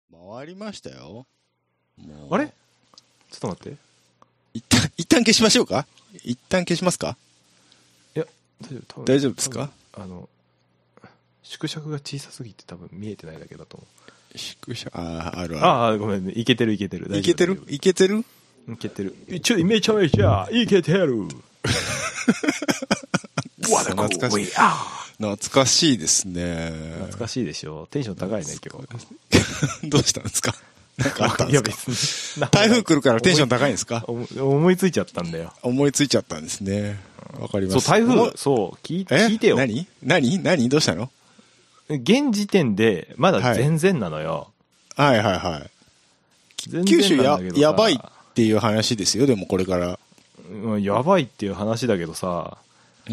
回りましたよ。もうあれちょっと待って。 一旦消しましょうか。一旦消しますか。 いや、 大丈夫ですか。 縮尺が小さすぎて多分見えてないだけだと思う。 縮尺、あるある。 ああ、ごめんね。いけてる。 いけてるいけてるいけてる。めちゃめちゃいけてる。 懐かしい。懐かしいですね。 懐かしいでしょ。テンション高いね、今日。どうしたんですか。なんかあったんですか。いや別に。台風来るからテンション高いんですか。 思いついちゃったんだよ。 思いついちゃったんですね。わかります。 そう、台風、そう、聞いてよ。 何どうしたの。 現時点で、まだ全然なのよ。 はいはいはい。九州やばいっていう話ですよ、でもこれから。 やばいっていう話だけどさ、 うん、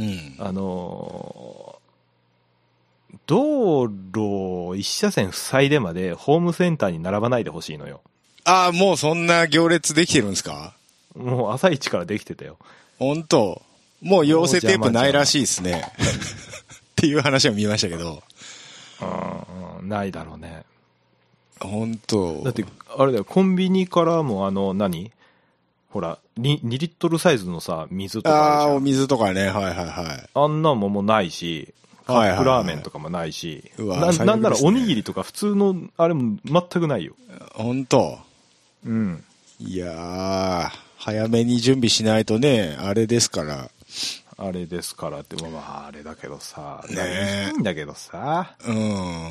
道路一車線塞いでまでホームセンターに並ばないでほしいのよ。 ああ、もうそんな行列できてるんですか。 もう朝一からできてたよ。 本当。もう溶接テープないらしいですね。っていう話を見ましたけど。 ないだろうね。 本当。 だってあれだよ、コンビニからもほら 2リットルサイズのさ水とかあるじゃん。 お水とかね、はいはいはい。 あんなんももうないし、カップラーメンとかもないし、なんならおにぎりとか普通のあれも全くないよ。 本当。 うん。 いやー、早めに準備しないとね、あれですから。 あれですからって、まああれだけどさ、 ね、 いいんだけどさ、 うん。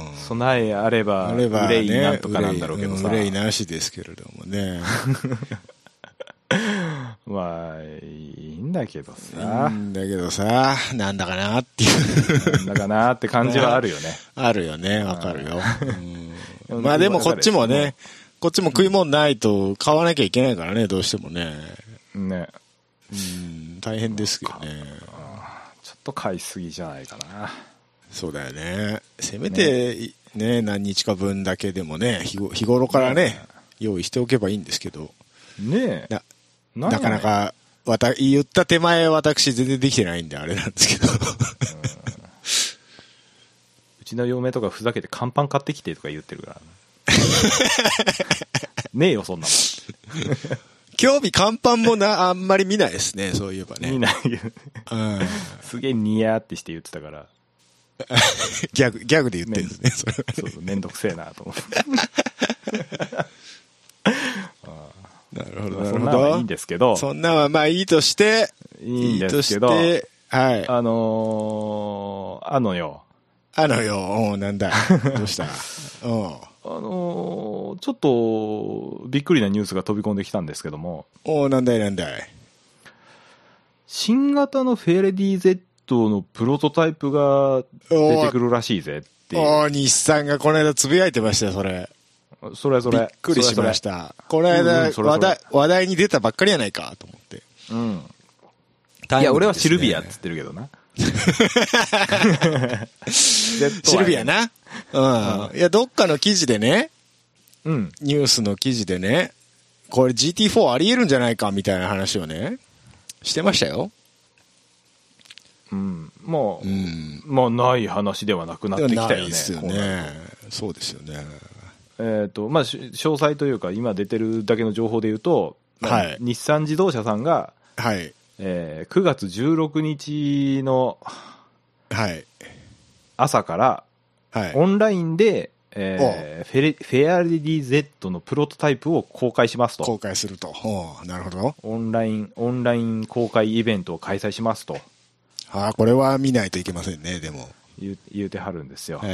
備えあれば憂いなんとかなんだろうけどさ、 憂いなしですけれどもね。 まあいいんだけどさ、 なんだかなっていうなんだかなって感じはあるよね。 あるよね、わかるよ。まあでもこっちもね、こっちも食い物ないと買わなきゃいけないからね、どうしてもね。 ね。 大変ですけどね。 ちょっと買いすぎじゃないかな。 そうだよね。せめてね、何日か分だけでもね、日頃からね、用意しておけばいいんですけど。 ねえ。 なかなか言った手前私全然できてないんであれなんですけど。 うちの嫁とかふざけて乾パン買ってきてとか言ってるから、ねえよそんなもん。 興味乾パンもあんまり見ないですね、そういえばね。 見ないよ、すげえニヤーってして言ってたからギャグで言ってるんですね。 そうめんどくせえなと思ってなるほど、 そんなんはいいんですけど、 そんなんはまあいいとしていいんですけど、 はい。なんだどうした。 ちょっとびっくりなニュースが飛び込んできたんですけども、 なんだい。 新型のフェレディ Z のプロトタイプが出てくるらしいぜっていう。 日産がこの間つぶやいてましたよ、それ。 それびっくりしました。この間、話題に出たばっかりやないかと思って。 うん。いや、俺はシルビアっつってるけどな。 シルビアな。いや、どっかの記事でね、ニュースの記事でね、これ GT4 あり得るんじゃないかみたいな話をね、してましたよ。 まあない話ではなくなってきたよね。 ないですよね。そうですよね。 まあ詳細というか今出てるだけの情報で言うと、日産自動車さんが、9月16日の朝からオンラインでフェアレディ Z のプロトタイプを公開しますと。 公開すると。なるほど。 オンライン公開イベントを開催しますと。 これは見ないといけませんね、でも。 言うてはるんですよ。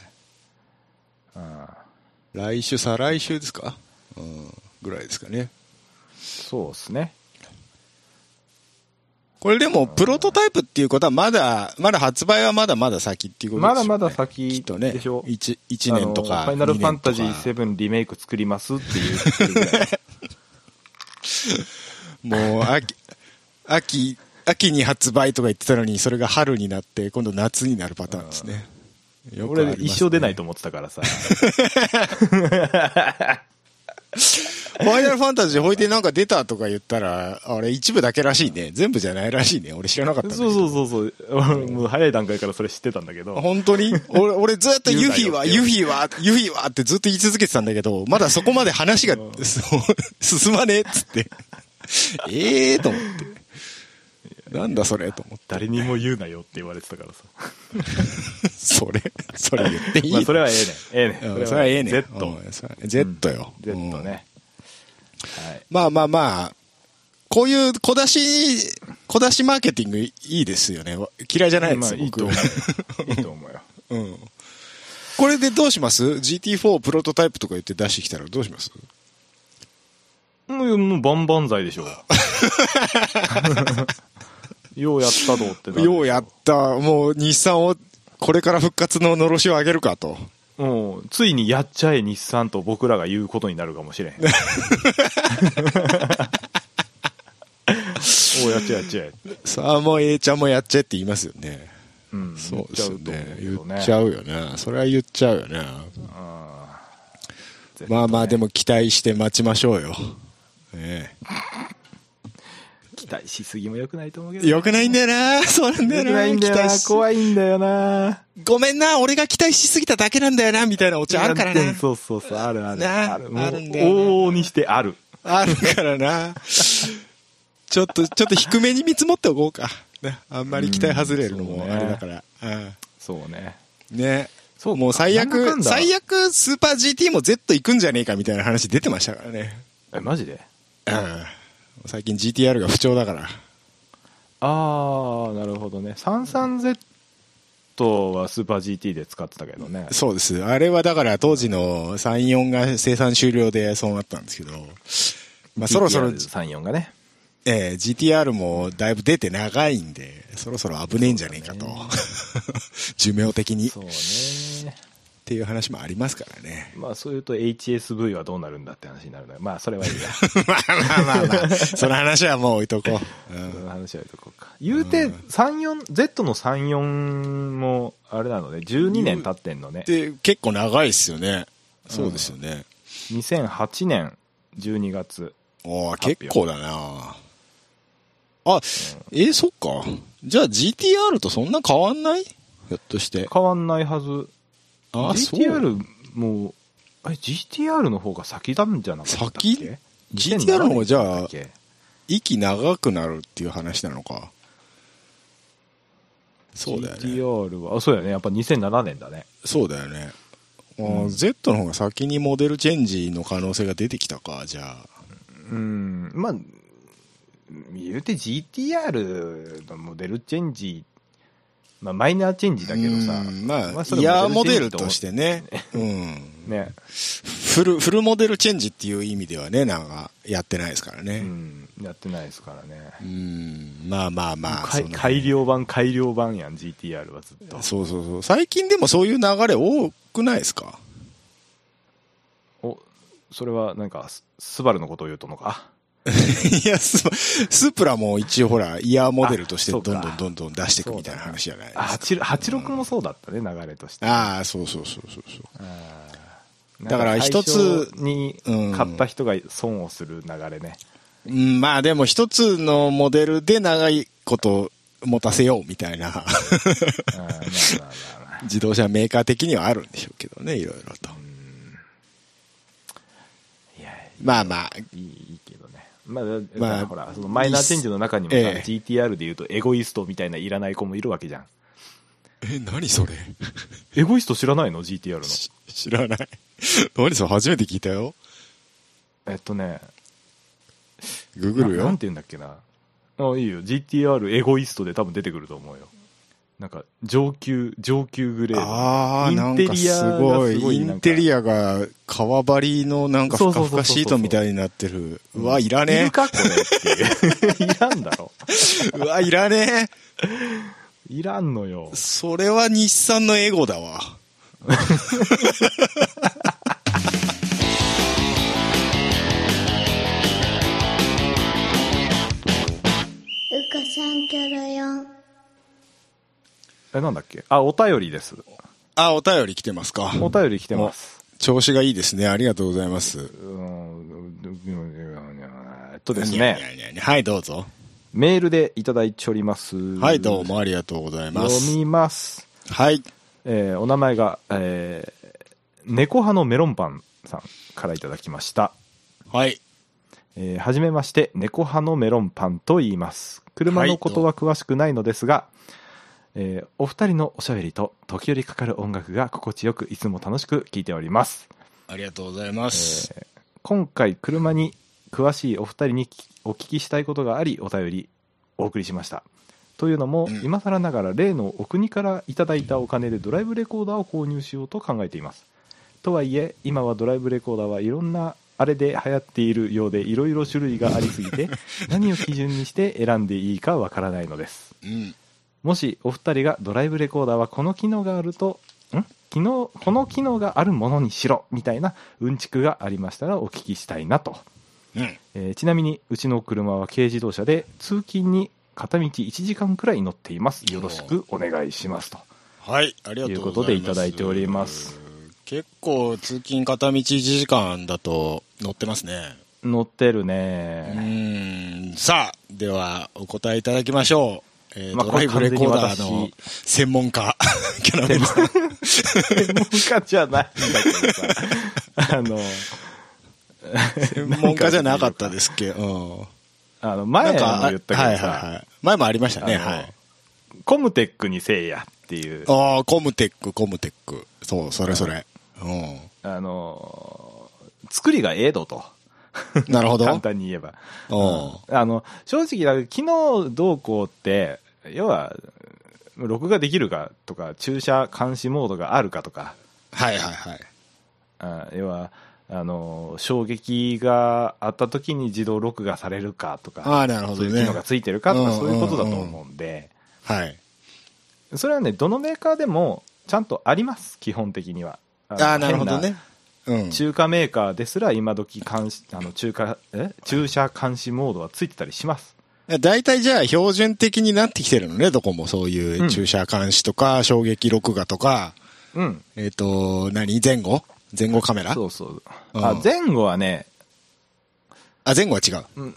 来週、再来週ですか、ぐらいですかね。 そうですね。 これでも、プロトタイプっていうことはまだ発売はまだ先っていうことですよね。 まだ先でしょ。 1年とか。 ファイナルファンタジー7リメイク作りますっていうぐらい。 もう、秋に発売とか言ってたのに、それが春になって、今度夏になるパターンですね。 俺一生出ないと思ってたからさ。 ファイナルファンタジーほいでなんか出たとか言ったら、あれ一部だけらしいね。全部じゃないらしいね。俺知らなかったんだけど。 そうもう早い段階からそれ知ってたんだけど。 本当に俺ずっとユフィはってずっと言い続けてたんだけど、まだそこまで話が進まねえっつって。と思って。なんだそれと思って。 誰にも言うなよって言われてたからさ。 それ言っていい？ まあそれはええね。 それはええね。Z よ。 Z ね。はい。 まあ、こういう小出しマーケティングいいですよね。嫌いじゃないですよ、僕。 いいと思うよ。 うん。これでどうします？ GT4 プロトタイプとか言って出してきたらどうします？ もう万々歳でしょ。ようやったぞってなる。 ようやった。もう日産をこれから復活ののろしを上げるかと。 もうついにやっちゃえ日産と僕らが言うことになるかもしれへん。おうやっちゃえ。 さあもう A ちゃんもやっちゃえって言いますよね。 うん。 そうですよね。言っちゃうよね。それは言っちゃうよね。まあでも期待して待ちましょうよ。 期待しすぎも良くないと思うけど。 良くないんだよな。そうなんだよな。良くないんだよな。 怖いんだよな。 ごめんな、俺が期待しすぎただけなんだよなみたいなオチあるからな。 そうある。 あるんだよ。 往々にしてある。 あるからな。ちょっと低めに見積もっておこうか。あんまり期待外れるのもあれだから。 そうね。 ね。もう最悪スーパー GT も Z 行くんじゃねえかみたいな話出てましたからね。 マジで？ 最近 GTR が不調だから。 なるほどね。33Z はスーパー GT で使ってたけどね。 そうです。あれはだから当時の34が生産終了でそうなったんですけど、まあそろそろ GTR34 がね。 GTR もだいぶ出て長いんで、そろそろ危ねえんじゃねえかと。寿命的に。 そうね。 っていう話もありますからね。 まあそういうと HSV はどうなるんだって話になるので、まあそれはいいや。 まあ。その話はもう置いとこう。 その話は置いとこうか。言うて、Z の34もあれなので、12年経ってんのね。 で、結構長いっすよね。そうですよね。 2008年12月。 結構だな。そっか。じゃあ GTR とそんな変わんない？ひょっとして。 変わんないはず。GTR もGTR の方が先なんじゃなかったっけ？ GTR の方がじゃあ息長くなるっていう話なのか。そうだよね。 GTR はそうだよね。やっぱ2007年だね。 そうだよね。Z の方が先にモデルチェンジの可能性が出てきたか。じゃあまあ言うて GTR のモデルチェンジ、まあマイナーチェンジだけどさ、 イヤーモデルとしてね、 ね、 フルモデルチェンジっていう意味ではね、なんかやってないですからね。 やってないですからね。 まあ改良版やん GTR はずっと。 そう最近でもそういう流れ多くないですか？ それはなんかスバルのことを言うとのか。 いやスプラも一応ほらイヤーモデルとしてどんどん出していくみたいな話じゃないですか。 86もそうだったね、流れとして。 そうだから一つに買った人が損をする流れね。 まあでも一つのモデルで長いこと持たせようみたいな自動車メーカー的にはあるんでしょうけどね、いろいろと。まあいいけどね。まあほらそのマイナーチェンジの中にもGTR でいうとエゴイストみたいないらない子もいるわけじゃん。 何それ？ エゴイスト知らないの？ GTR の。 知らない。何それ？初めて聞いたよ。ググるよ。 なんて言うんだっけな。いいよ。GTR エゴイストで多分出てくると思うよ。なんか上級グレード。 なんかすごいインテリアが革張りのなんかふかふかシートみたいになってる。うわ、いらねえ。 いるかこれっていう。いらんだろ。 うわ、いらねえ。 いらんのよ。 それは日産のエゴだわ。 なんだっけ？お便りです。 お便り来てますか。 お便り来てます。 調子がいいですね。ありがとうございます。 ですね。 はい、どうぞ。 メールでいただいております。 はい、どうもありがとうございます。 読みます。 はい。 お名前が、猫派のメロンパンさんからいただきました。 はい。 はじめまして、猫派のメロンパンと言います。車のことは詳しくないのですが、お二人のおしゃべりと時折かかる音楽が心地よく、いつも楽しく聴いております。 ありがとうございます。 今回車に詳しいお二人にお聞きしたいことがあり、お便りお送りしました。というのも、今更ながら例のお国からいただいたお金でドライブレコーダーを購入しようと考えています。とはいえ、今はドライブレコーダーはいろんなあれで流行っているようで、いろいろ種類がありすぎて何を基準にして選んでいいかわからないのです。もしお二人がドライブレコーダーはこの機能があるとこの機能があるものにしろみたいなうんちくがありましたらお聞きしたいなと。ちなみにうちの車は軽自動車で通勤に片道1時間くらい乗っています。よろしくお願いしますと。 はい、ありがとうございます。 いうことでいただいております。 結構通勤片道1時間だと乗ってますね。 乗ってるね。 さあ、ではお答えいただきましょう。ドライブレコーダーの専門家キャラメルさん。 専門家じゃないんだけどさ、 専門家じゃなかったですっけど、 前も言ったけどさ、 前もありましたね。はい。 コムテックにせいやっていう。 コムテック。そう、それ。 作りがええどと。 なるほど。 簡単に言えば。正直、機能動向って、要は、録画できるかとか、駐車監視モードがあるかとか。要は、衝撃があった時に自動録画されるかとか、 なるほどね、 そういう機能がついてるかとか、そういうことだと思うんで、 はい。 それはね、どのメーカーでもちゃんとあります、基本的には。 なるほどね。 中華メーカーですら今時駐車監視モードはついてたりします。 大体じゃあ標準的になってきてるのね、どこもそういう駐車監視とか、衝撃録画とか、前後カメラ？ そうそう。前後はね、 前後は違う。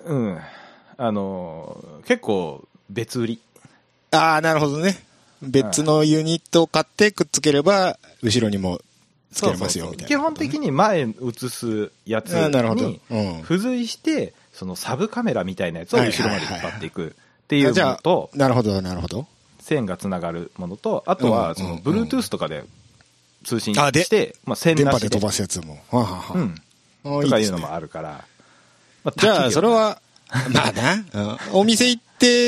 結構別売り。 なるほどね。別のユニットを買ってくっつければ、後ろにもつけれますよ、みたいな。 基本的に前映すやつに付随して、そのサブカメラみたいなやつを後ろまで引っ張っていくっていうのと、 なるほど。 線がつながるものと、あとは、その、Bluetooth とかで通信して、線なしで。 電波で飛ばすやつも。 とかいうのもあるから。 じゃあ、それは、まあな、お店行って、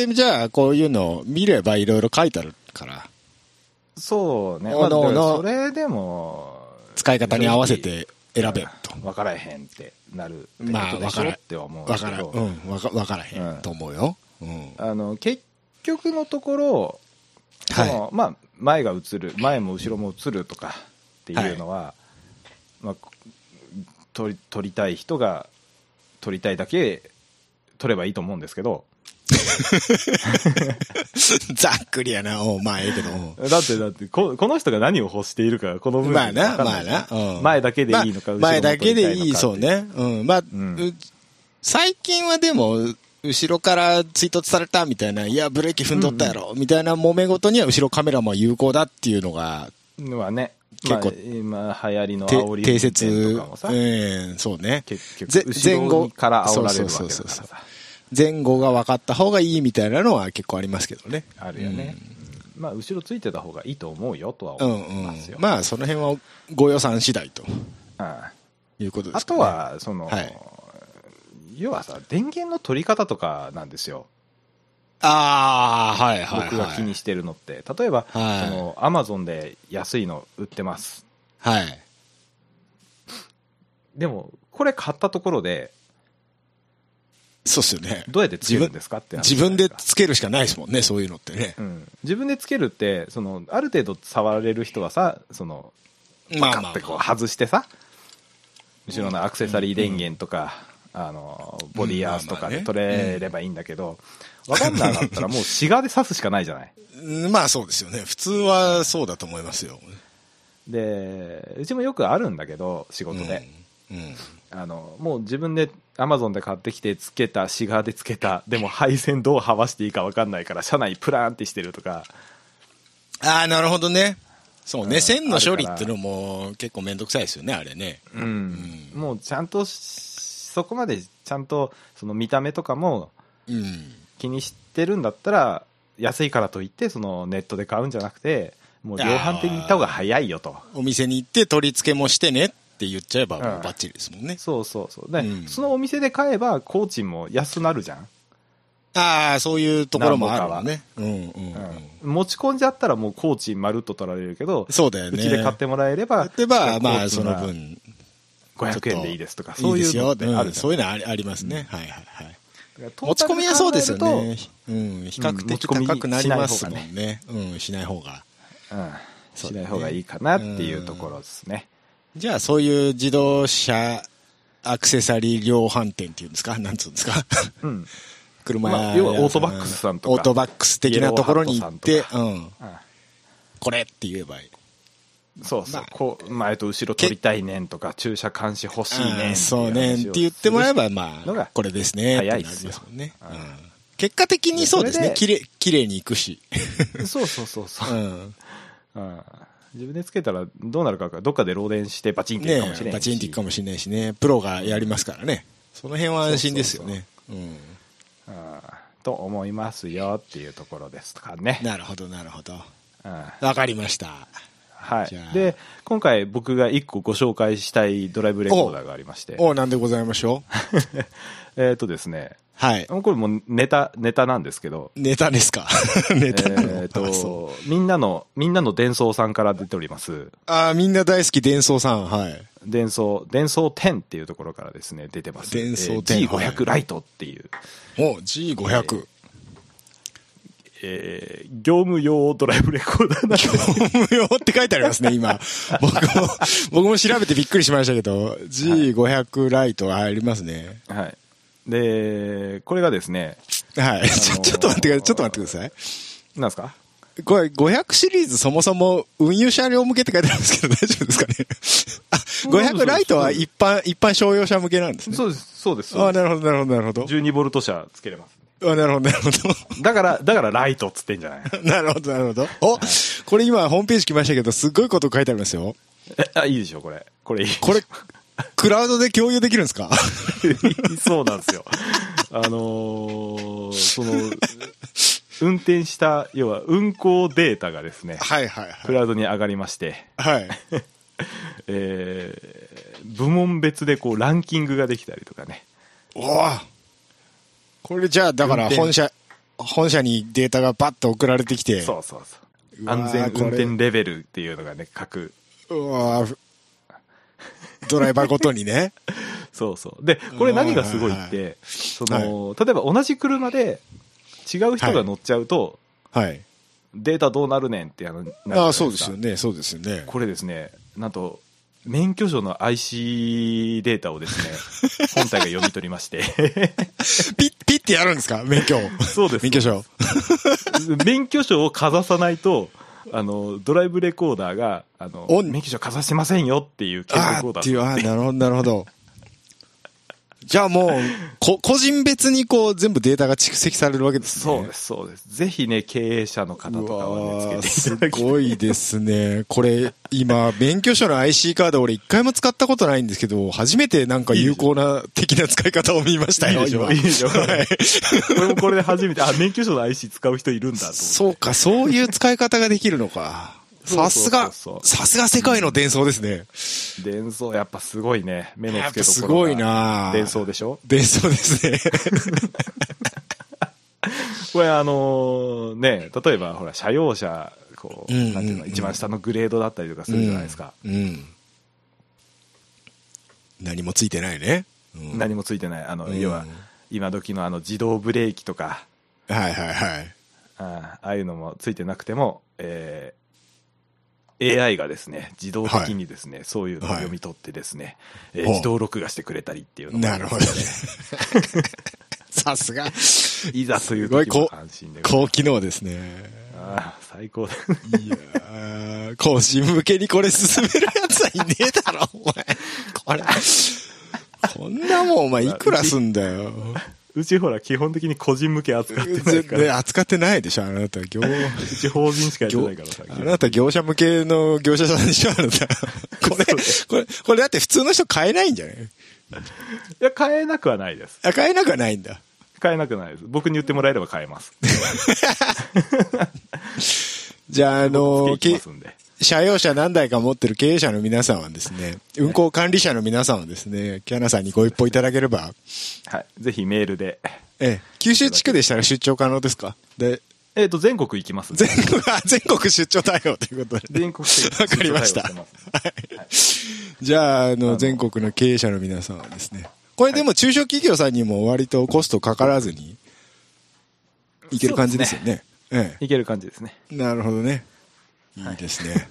じゃあ、こういうのを見ればいろいろ書いてあるから。 そうね。それでも、 使い方に合わせて選べと。 分からへんってなるってことでしょって思うけど。 分からへんと思うよ。 結局のところ、前が映る、前も後ろも映るとかっていうのは、撮りたい人が撮りたいだけ撮ればいいと思うんですけど。 ざっくりやな。まあええけど。 だってこの人が何を欲しているか、この部分まあな。 前だけでいいのか、 前だけでいい、そうね。最近はでも、後ろから追突されたみたいな、いや、ブレーキ踏んどったやろ、みたいな揉め事には後ろカメラも有効だっていうのが、 ね、 結構、 今流行りの煽り運転とかもさ、 そうね。 結局、後ろから煽られるわけだからさ。 前後が分かった方がいいみたいなのは結構ありますけどね。 あるよね。後ろついてた方がいいと思うよとは思いますよ。 その辺はご予算次第ということですかね。 あとは、要はさ、電源の取り方とかなんですよ。僕が気にしてるのって。例えば、アマゾンで安いの売ってます。でも、これ買ったところで、 そうっすよね。 どうやってつけるんですかって自分でつけるしかないですもんね、そういうのってね。 自分でつけるって、ある程度触れる人はさ、パカッてこう外してさ、後ろのアクセサリー電源とか、ボディアースとかで取れればいいんだけど、わかんなかったらもうシガーで刺すしかないじゃない。 そうですよね。普通はそうだと思いますよ。 でうちもよくあるんだけど仕事で、もう自分でアマゾンで買ってきてつけたシガーでつけた、でも配線どうはわしていいか分かんないから車内プラーンってしてるとか。 ああ、なるほどね。そうね、線の処理っていうのも結構めんどくさいですよね、あれね。 もうちゃんとそこまでちゃんとその見た目とかも気にしてるんだったら、安いからといってそのネットで買うんじゃなくて、もう量販店に行った方が早いよと。 お店に行って取り付けもしてねって言っちゃえばもうバッチリですもんね。 そうで、そのお店で買えば工賃も安くなるじゃん。 ああ、そういうところもあるわね。 持ち込んじゃったらもう工賃まるっと取られるけど、 そうだよね。 うちで買ってもらえれば、 まあその分 500円でいいですとか、そういうのってある。 そういうのありますね。はいはいはい。持ち込みはそうですよね。比較的高くなりますもんね。しない方が。 しない方がいいかなっていうところですね。 じゃあそういう自動車アクセサリー量販店っていうんですか、なんつうんですか。車屋、 要はオートバックスさんとかオートバックス的なところに行って、これって言えばいい。 そうそう、前と後ろ取りたいねんとか、駐車監視欲しいねん、 そうねんって言ってもらえば、まあこれですねってなりますもんね。結果的にそうですね、きれいにいくし。 そう自分でつけたらどうなるか、どっかで漏電してバチンっていくかもしれないし、 バチンっていくかもしれないしね、プロがやりますからね、その辺は安心ですよね。 と思いますよっていうところですかね。 なるほどなるほど。わかりました。 はい。で、今回僕が1個ご紹介したいドライブレコーダーがありまして。 なんでございましょう。ですね。 はい。 これもネタなんですけど。 ネタですか。ネタ。 みんなの伝送さんから出ております。 みんな大好き伝送さん。はい。 伝送10っていうところからですね、出てます。 伝送 10。G500 ライトっていう。 G500。 業務用ドライブレコーダーなんです。 業務用って書いてありますね、今。僕も調べてびっくりしましたけど、G500 ライトが入りますね。 はい。で、これがですね。 はい。ちょっと待ってください。 なんですか？ これ500シリーズそもそも運輸車両向けって書いてあるんですけど大丈夫ですかね。500ライトは一般商用車向けなんですね。 そうです。 なるほど。 12ボルト車つけれます。 なるほど。 だからライトっつってんじゃない？ なるほど。これ今ホームページ来ましたけど、すっごいこと書いてありますよ。 いいでしょ、これ。これ、 クラウドで共有できるんですか？ そうなんですよ。運転した、要は運行データがですね、クラウドに上がりまして、部門別でこうランキングができたりとかね。これじゃあだから本社にデータがバッと送られてきて、 そう安全運転レベルっていうのがね、 ドライバーごとにね。 そうで、これ何がすごいって、例えば同じ車で違う人が乗っちゃうと、データどうなるねんってそうですよね。 これですね、なんと免許証の IC データをですね、本体が読み取りましてピッてやるんですか？免許。 そうです。 免許証。 免許証をかざさないと、ドライブレコーダーが、免許証かざしてませんよっていう警告を出す。 なるほど。じゃあもう、個人別にこう全部データが蓄積されるわけですね。 そうです。ぜひね、経営者の方とかはね、つけていただきたい。 すごいですね。これ、今、免許証の IC カード俺一回も使ったことないんですけど、初めてなんか有効な的な使い方を見ましたよ。 いいでしょ。これもこれで初めて、免許証の IC 使う人いるんだと思って。 そうか、そういう使い方ができるのか。さすが世界の伝送ですね。 伝送やっぱすごいね。目の付けどころがすごいな。 伝送でしょ？ 伝送ですね。 これね、例えばほら車用車こう、なんていうの、一番下のグレードだったりとかするじゃないですか。 何もついてないね。 何もついてない。要は今時の自動ブレーキとか、ああいうのもついてなくても、AI がですね、自動的にですね、そういうのを読み取ってですね、自動録画してくれたりっていうのも、 なるほどね。 さすが。 いざという時も安心で。 高機能ですね。 ああ、最高だ。 いやー、個人向けにこれ進めるやつはいねえだろ、お前。こんなもんお前いくらすんだよ。 うちほら基本的に個人向け扱ってないから。 扱ってないでしょ、あなた。うち法人しかやってないからさ。 あなた業者向けの業者さんでしょ、あなた。これだって普通の人買えないんじゃない？いや、買えなくはないです。 買えなくはないんだ。 買えなくないです。僕に言ってもらえれば買えます。 じゃあ、 ますんで車用車何台か持ってる経営者の皆さんはですね、運行管理者の皆さんはですね、キャナさんにご一報いただければ。 はい。ぜひメールで。 九州地区でしたら出張可能ですか？で、 全国行きます。 全国出張対応ということで。 全国出張わかりました。はい。じゃあ、全国の経営者の皆さんはですね、これでも中小企業さんにも割とコストかからずにいける感じですよね。 いける感じですね。 なるほどね。いいですね。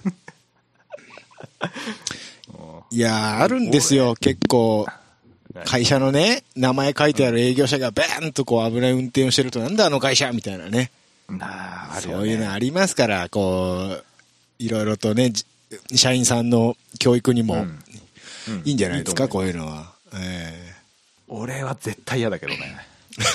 いやー、あるんですよ、結構。会社のね、名前書いてある営業者がバーンとこう危ない運転をしてると、なんだあの会社みたいなね。そういうのありますから、こう、いろいろとね、社員さんの教育にもいいんじゃないですか、こういうのは。 俺は絶対嫌だけどね。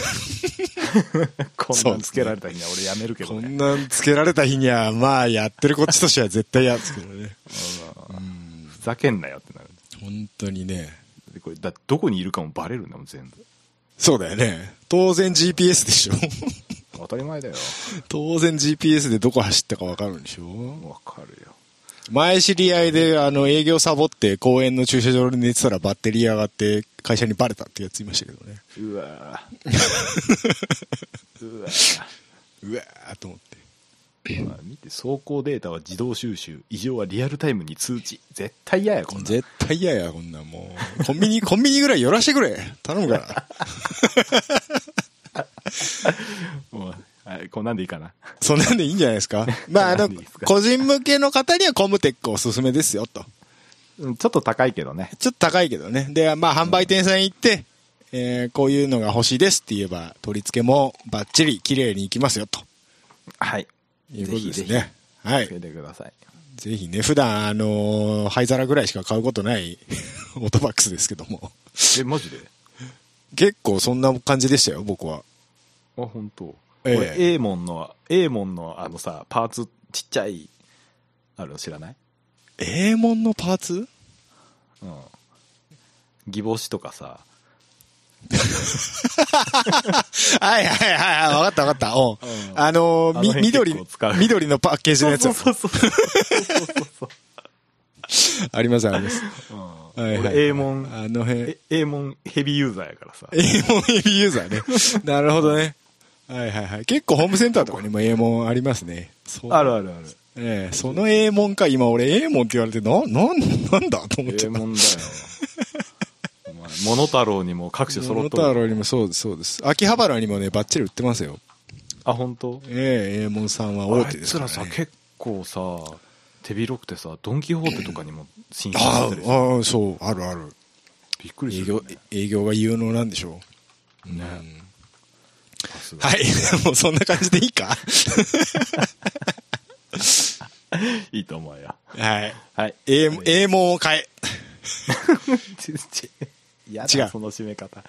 こんなんつけられた日には俺やめるけどね。 こんなんつけられた日には、まあやってるこっちとしては絶対嫌ですけどね。 ふざけんなよってなる。 本当にね。 これどこにいるかもバレるんだもん、全部。 そうだよね。当然 GPS でしょ。 当たり前だよ。 当然 GPS でどこ走ったか分かるんでしょ。 分かるよ。前知り合いで営業サボって公園の駐車場で寝てたらバッテリー上がって会社にバレたってやついましたけどね。 うわーと思って。 見て、走行データは自動収集、異常はリアルタイムに通知。絶対嫌や、こんなん。 絶対嫌や、こんなんもう。コンビニぐらい寄らしてくれ。頼むから。 もうこんなんでいいかな。 そんなんでいいんじゃないですか。まあ、個人向けの方にはコムテックおすすめですよ、と。 ちょっと高いけどね。 ちょっと高いけどね。で、まあ、販売店さんに行って、こういうのが欲しいですって言えば、取り付けもバッチリ綺麗にいきますよ、と。 はい。 いうことですね。はい。 つけてください。 ぜひね、普段、灰皿ぐらいしか買うことないオートバックスですけども。 マジで？ 結構そんな感じでしたよ、僕は。 あ、本当。これ A 門のさ、パーツちっちゃい、あるの知らない？ A 門のパーツ？ うん。ギボシとかさ。 はい。わかった。緑のパッケージのやつ。 そう。 あります。 俺 A 門、A 門ヘビーユーザーやからさ。 A 門ヘビーユーザーね。なるほどね。はい。結構ホームセンターとかにも A 門ありますね。 ある。 その A 門か、今俺 A 門って言われて、なんだと思っちゃった。 A 門だよ。モノタロウにも各種揃ってる。 モノタロウにもそうです。秋葉原にもね、バッチリ売ってますよ。 あ、本当 A 門さんは大手ですからね。 あいつらさ、結構さ、手広くてさ、ドンキホーテとかにも進出してるし。 あ、そう、ある。 びっくりする、ね。 営業が有能なんでしょう。 ね。 はい、もうそんな感じでいいかいいと思うよ。 はい。A 門を買え。 違う。その締め方。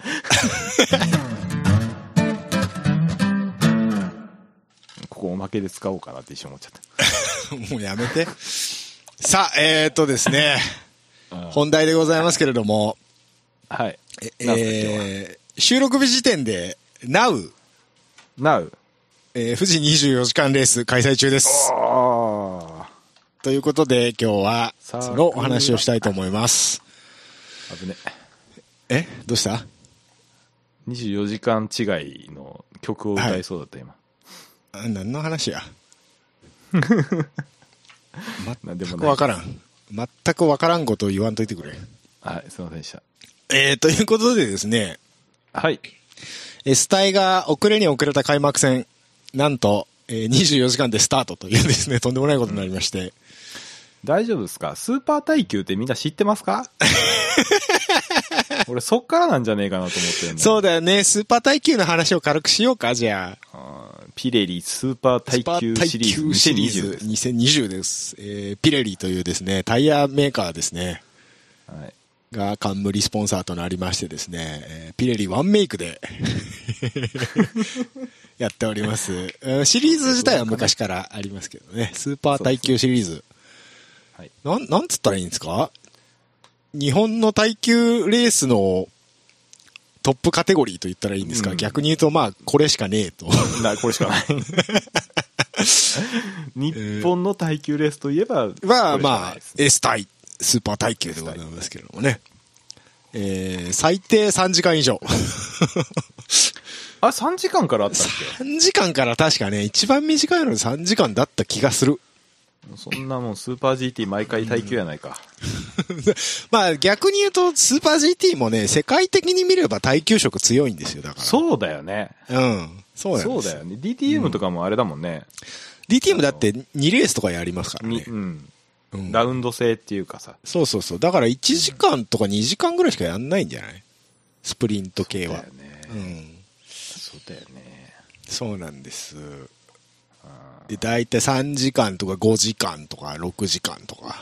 ここおまけで使おうかなって一瞬思っちゃった。 もうやめて。さあ、ですね。本題でございますけれども。 はい。 収録日時点で、Now。富士24時間レース開催中です。ということで、今日は、そのお話をしたいと思います。 危ね。 どうした ?24 時間違いの曲を歌いそうだった、今。 何の話や全くわからん。全くわからんことを言わんといてくれ。 はい、すいませんでした。 ということでですね。 はい。 スタイが遅れに遅れた開幕戦、なんと、24時間でスタートというですね、とんでもないことになりまして。 大丈夫ですか？スーパー耐久ってみんな知ってますか？ 俺そっからなんじゃねえかなと思ってるんだ。 そうだよね。スーパー耐久の話を軽くしようか、じゃあ。 ピレリスーパー耐久シリーズ 2020です。ピレリというですね、タイヤメーカーですね。 はい。 が冠スポンサーとなりましてですね、ピレリワンメイクでやっております。シリーズ自体は昔からありますけどね、スーパー耐久シリーズ。はい、なんつったらいいんですか？日本の耐久レースのトップカテゴリーと言ったらいいんですか、逆に言うとまあこれしかねえと。これしかない。日本の耐久レースといえば、 まあ S 耐スーパー耐久でございますけれどもね。最低3時間以上。 3時間からあったっけ？ 3 時間から確かね、一番短いので3時間だった気がする。 そんなもんスーパー GT 毎回耐久やないか。 まあ逆に言うとスーパー GT もね、世界的に見れば耐久色強いんですよ、だから。 そうだよね。 うん。そうだよね。DTM とかもあれだもんね。 DTM だって2レースとかやりますからね。 ラウンド制っていうかさ。 そうそうそう。だから1時間とか2時間ぐらいしかやんないんじゃない？スプリント系は。 そうだよね。そうだよね。 そうなんです。で、だいたい3時間とか5時間とか6時間とか。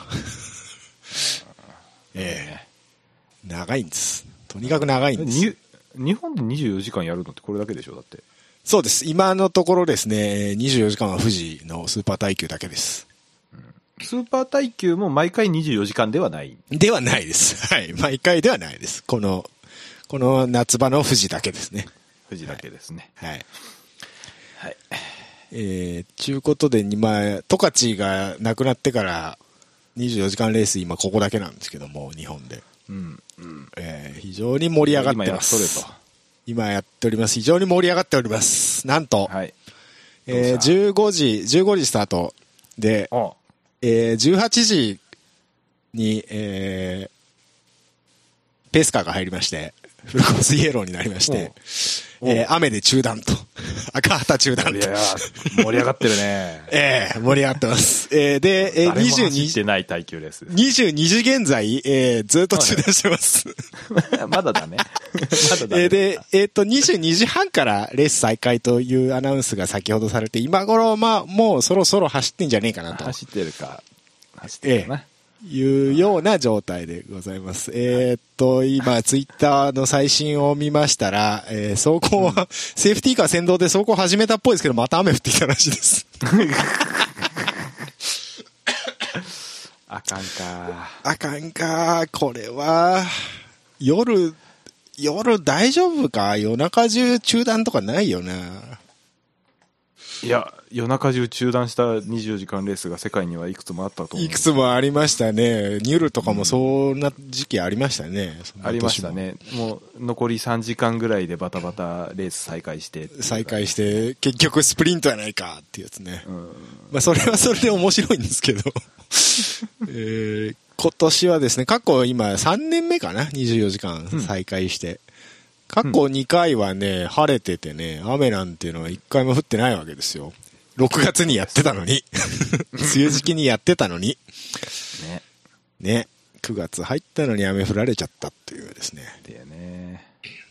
長いんです。とにかく長いんです。 日本で24時間やるのってこれだけでしょ、だって。 そうです。今のところですね、24時間は富士のスーパー耐久だけです。 スーパー耐久も毎回24時間ではない？ ではないです。はい。毎回ではないです。この夏場の富士だけですね。 富士だけですね。 はい。 はい。 ちゅうことで、十勝がなくなってから24時間レース今ここだけなんですけども、日本で。非常に盛り上がってます。今やっております。非常に盛り上がっております。なんと、 はい、 15時スタートで、18時に、ペースカーが入りまして、フルコースイエローになりまして、雨で中断と。赤旗中断と。 盛り上がってるね。 盛り上がってます。で、 22時ない耐久レース。 22時現在、ずっと中断してます。 まだだね。 で、22時半からレース再開というアナウンスが先ほどされて、今頃、もうそろそろ走ってんじゃねえかなと。 走ってるかな。 いうような状態でございます。今、ツイッターの最新を見ましたら、走行は、セーフティーカー先導で走行始めたっぽいですけど、また雨降ってきたらしいです。 あかんか。 あかんか。これは、夜大丈夫か？夜中中中断とかないよな。 いや、夜中中中断した24時間レースが世界にはいくつもあったと思う。 いくつもありましたね。ニュルとかもそんな時期ありましたね。 ありましたね。もう残り3時間ぐらいでバタバタレース再開して。 結局スプリントやないかっていうやつね。それはそれで面白いんですけど。今年はですね、過去今3年目かな、24時間再開して。過去2回はね、晴れててね、雨なんていうのは1回も降ってないわけですよ。6月にやってたのに。梅雨時期にやってたのに。ね。9月入ったのに雨降られちゃったっていうですね。 だよね。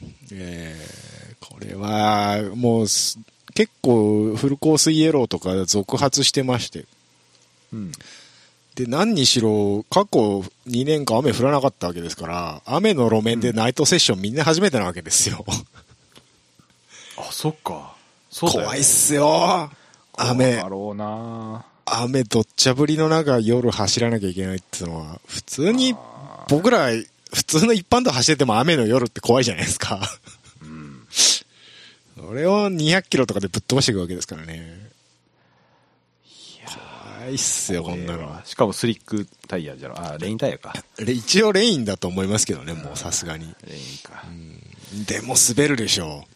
これは、もう、結構フルコースイエローとか続発してまして。で、何にしろ、過去2年間雨降らなかったわけですから、雨の路面でナイトセッションみんな初めてなわけですよ。 そっか。 そうだよね。怖いっすよ。雨どっちゃぶりの中夜走らなきゃいけないっていうのは、普通に、僕ら、普通の一般道走ってても雨の夜って怖いじゃないですか。それを200キロとかでぶっ飛ばしていくわけですからね。怖いっすよ、こんなの。 しかもスリックタイヤじゃろ。レインタイヤか。 一応レインだと思いますけどね、もうさすがに。 レインか。 でも滑るでしょう。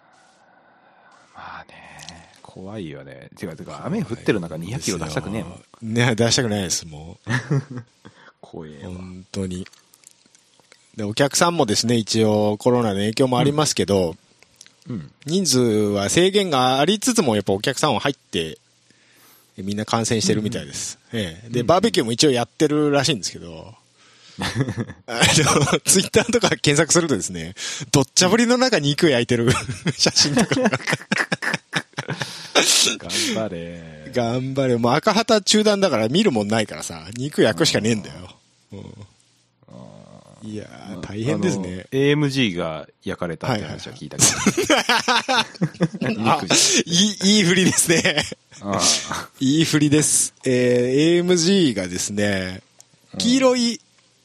怖いよね。てか雨降ってる中200キロ出したくねえもん。 ね、出したくないです、もう。 怖えわ。 本当に。で、お客さんもですね、一応コロナの影響もありますけど、人数は制限がありつつもやっぱお客さんは入って、みんな感染してるみたいです。で、バーベキューも一応やってるらしいんですけど、 ツイッターとか検索するとですね、どっちゃぶりの中に肉焼いてる写真とか。 頑張れ。 頑張れ。もう赤旗中断だから見るもんないからさ、肉焼くしかねえんだよ。いやー、大変ですね。 AMG が焼かれたって話は聞いたけど。 いい振りですね。いい振りです。AMG がですね、黄色い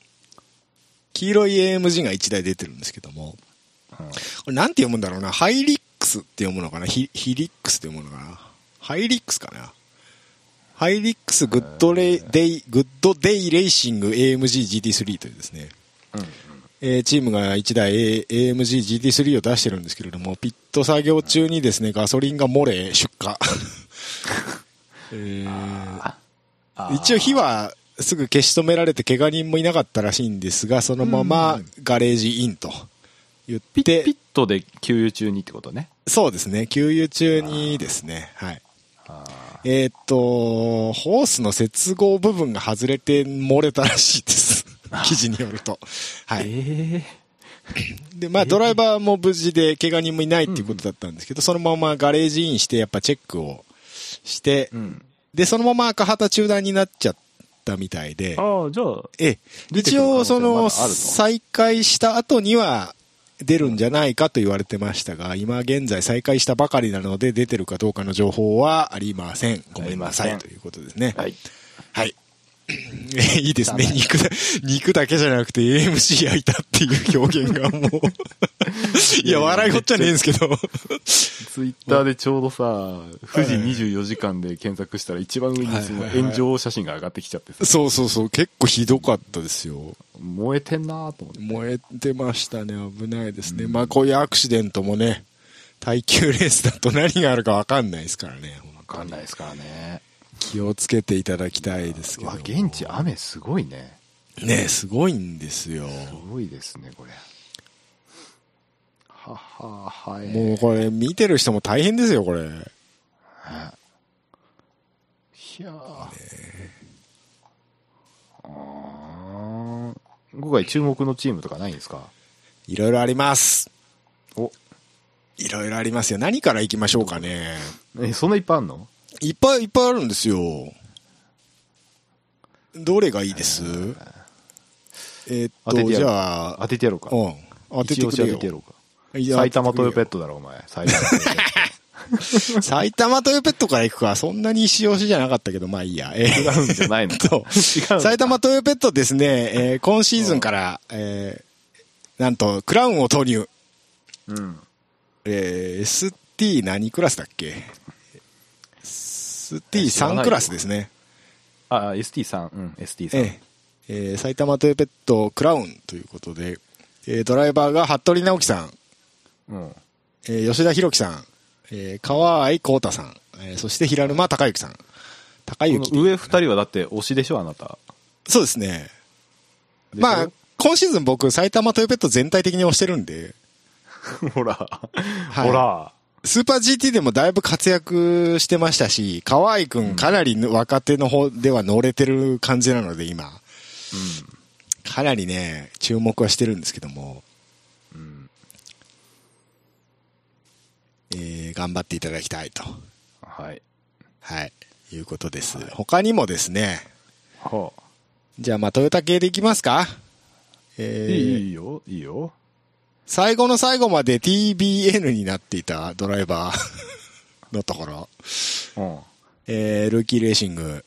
AMG が1台出てるんですけども、これなんて読むんだろうな。ハイリックスって読むのかな、ヒリックスって読むのかな。ハイリックスかな。ハイリックスグッドデイレーシング AMG GT3 というですね、チームが1台 AMG GT3 を出してるんですけれども、ピット作業中にですね、ガソリンが漏れ出火。一応火はすぐ消し止められて怪我人もいなかったらしいんですが、そのままガレージインと言って、 ピットで給油中にってことね。 そうですね、給油中にですね、はい。ホースの接合部分が外れて漏れたらしいです。記事によると。はい。で、まあドライバーも無事で怪我人もいないっていうことだったんですけど、そのままガレージインしてやっぱチェックをして、で、そのまま赤旗中断になっちゃったみたいで、 じゃあ、 一応その再開した後には出るんじゃないかと言われてましたが、今現在再開したばかりなので出てるかどうかの情報はありません。ごめんなさいということですね。はい。はい。いいですね。肉だけじゃなくて AMC 焼いたっていう表現がもういや、笑いこっちゃねえんですけど。 ツイッターでちょうどさ、富士24時間で検索したら一番上にその炎上写真が上がってきちゃってさ。 そうそうそう。結構ひどかったですよ。 燃えてんなと思って。 燃えてましたね。危ないですね。まあこういうアクシデントもね、耐久レースだと何があるか分かんないですからね。 分かんないですからね。 気をつけていただきたいですけど。 現地雨すごいね。 ねえ、すごいんですよ。 すごいですね、これ。はい。 もうこれ見てる人も大変ですよ、これ。いや今回注目のチームとかないんですか？ いろいろあります。いろいろありますよ。何から行きましょうかね。 そんないっぱいあるの？ いっぱいあるんですよ。どれがいいです？じゃあ当ててやろうか。 当ててくれよ。 埼玉トヨペットだろ、お前。 埼玉トヨペットから行くか。そんなに石押しじゃなかったけど、まあいいや。 違うんじゃないの？ 埼玉トヨペットですね、今シーズンから、なんと、クラウンを投入。ST 何クラスだっけ？ ST3 クラスですね。 ST3。ST3。 埼玉トヨペットクラウンということで、ドライバーが服部直樹さん、吉田博樹さん、川合光太さん、そして平沼孝之さん。 上二人はだって推しでしょ、あなた。 そうですね。まあ、今シーズン僕、埼玉トヨペット全体的に推してるんで。 ほら。 スーパー GT でもだいぶ活躍してましたし、河合くんかなり若手の方では乗れてる感じなので、今。かなりね、注目はしてるんですけども。頑張っていただきたいと。 はい。 いうことです。他にもですね。じゃあ、まあ、トヨタ系でいきますか？ いいよ。 最後の最後まで TBN になっていたドライバーのところ。ルーキーレーシング。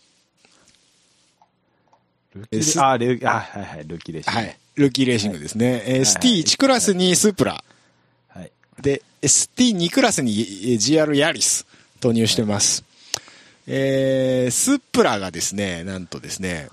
ルーキーレーシング。 ルーキーレーシングですね。ST1 クラスにスープラ。で、ST2 クラスに GR ヤリス投入してます。スープラがですね、なんとですね、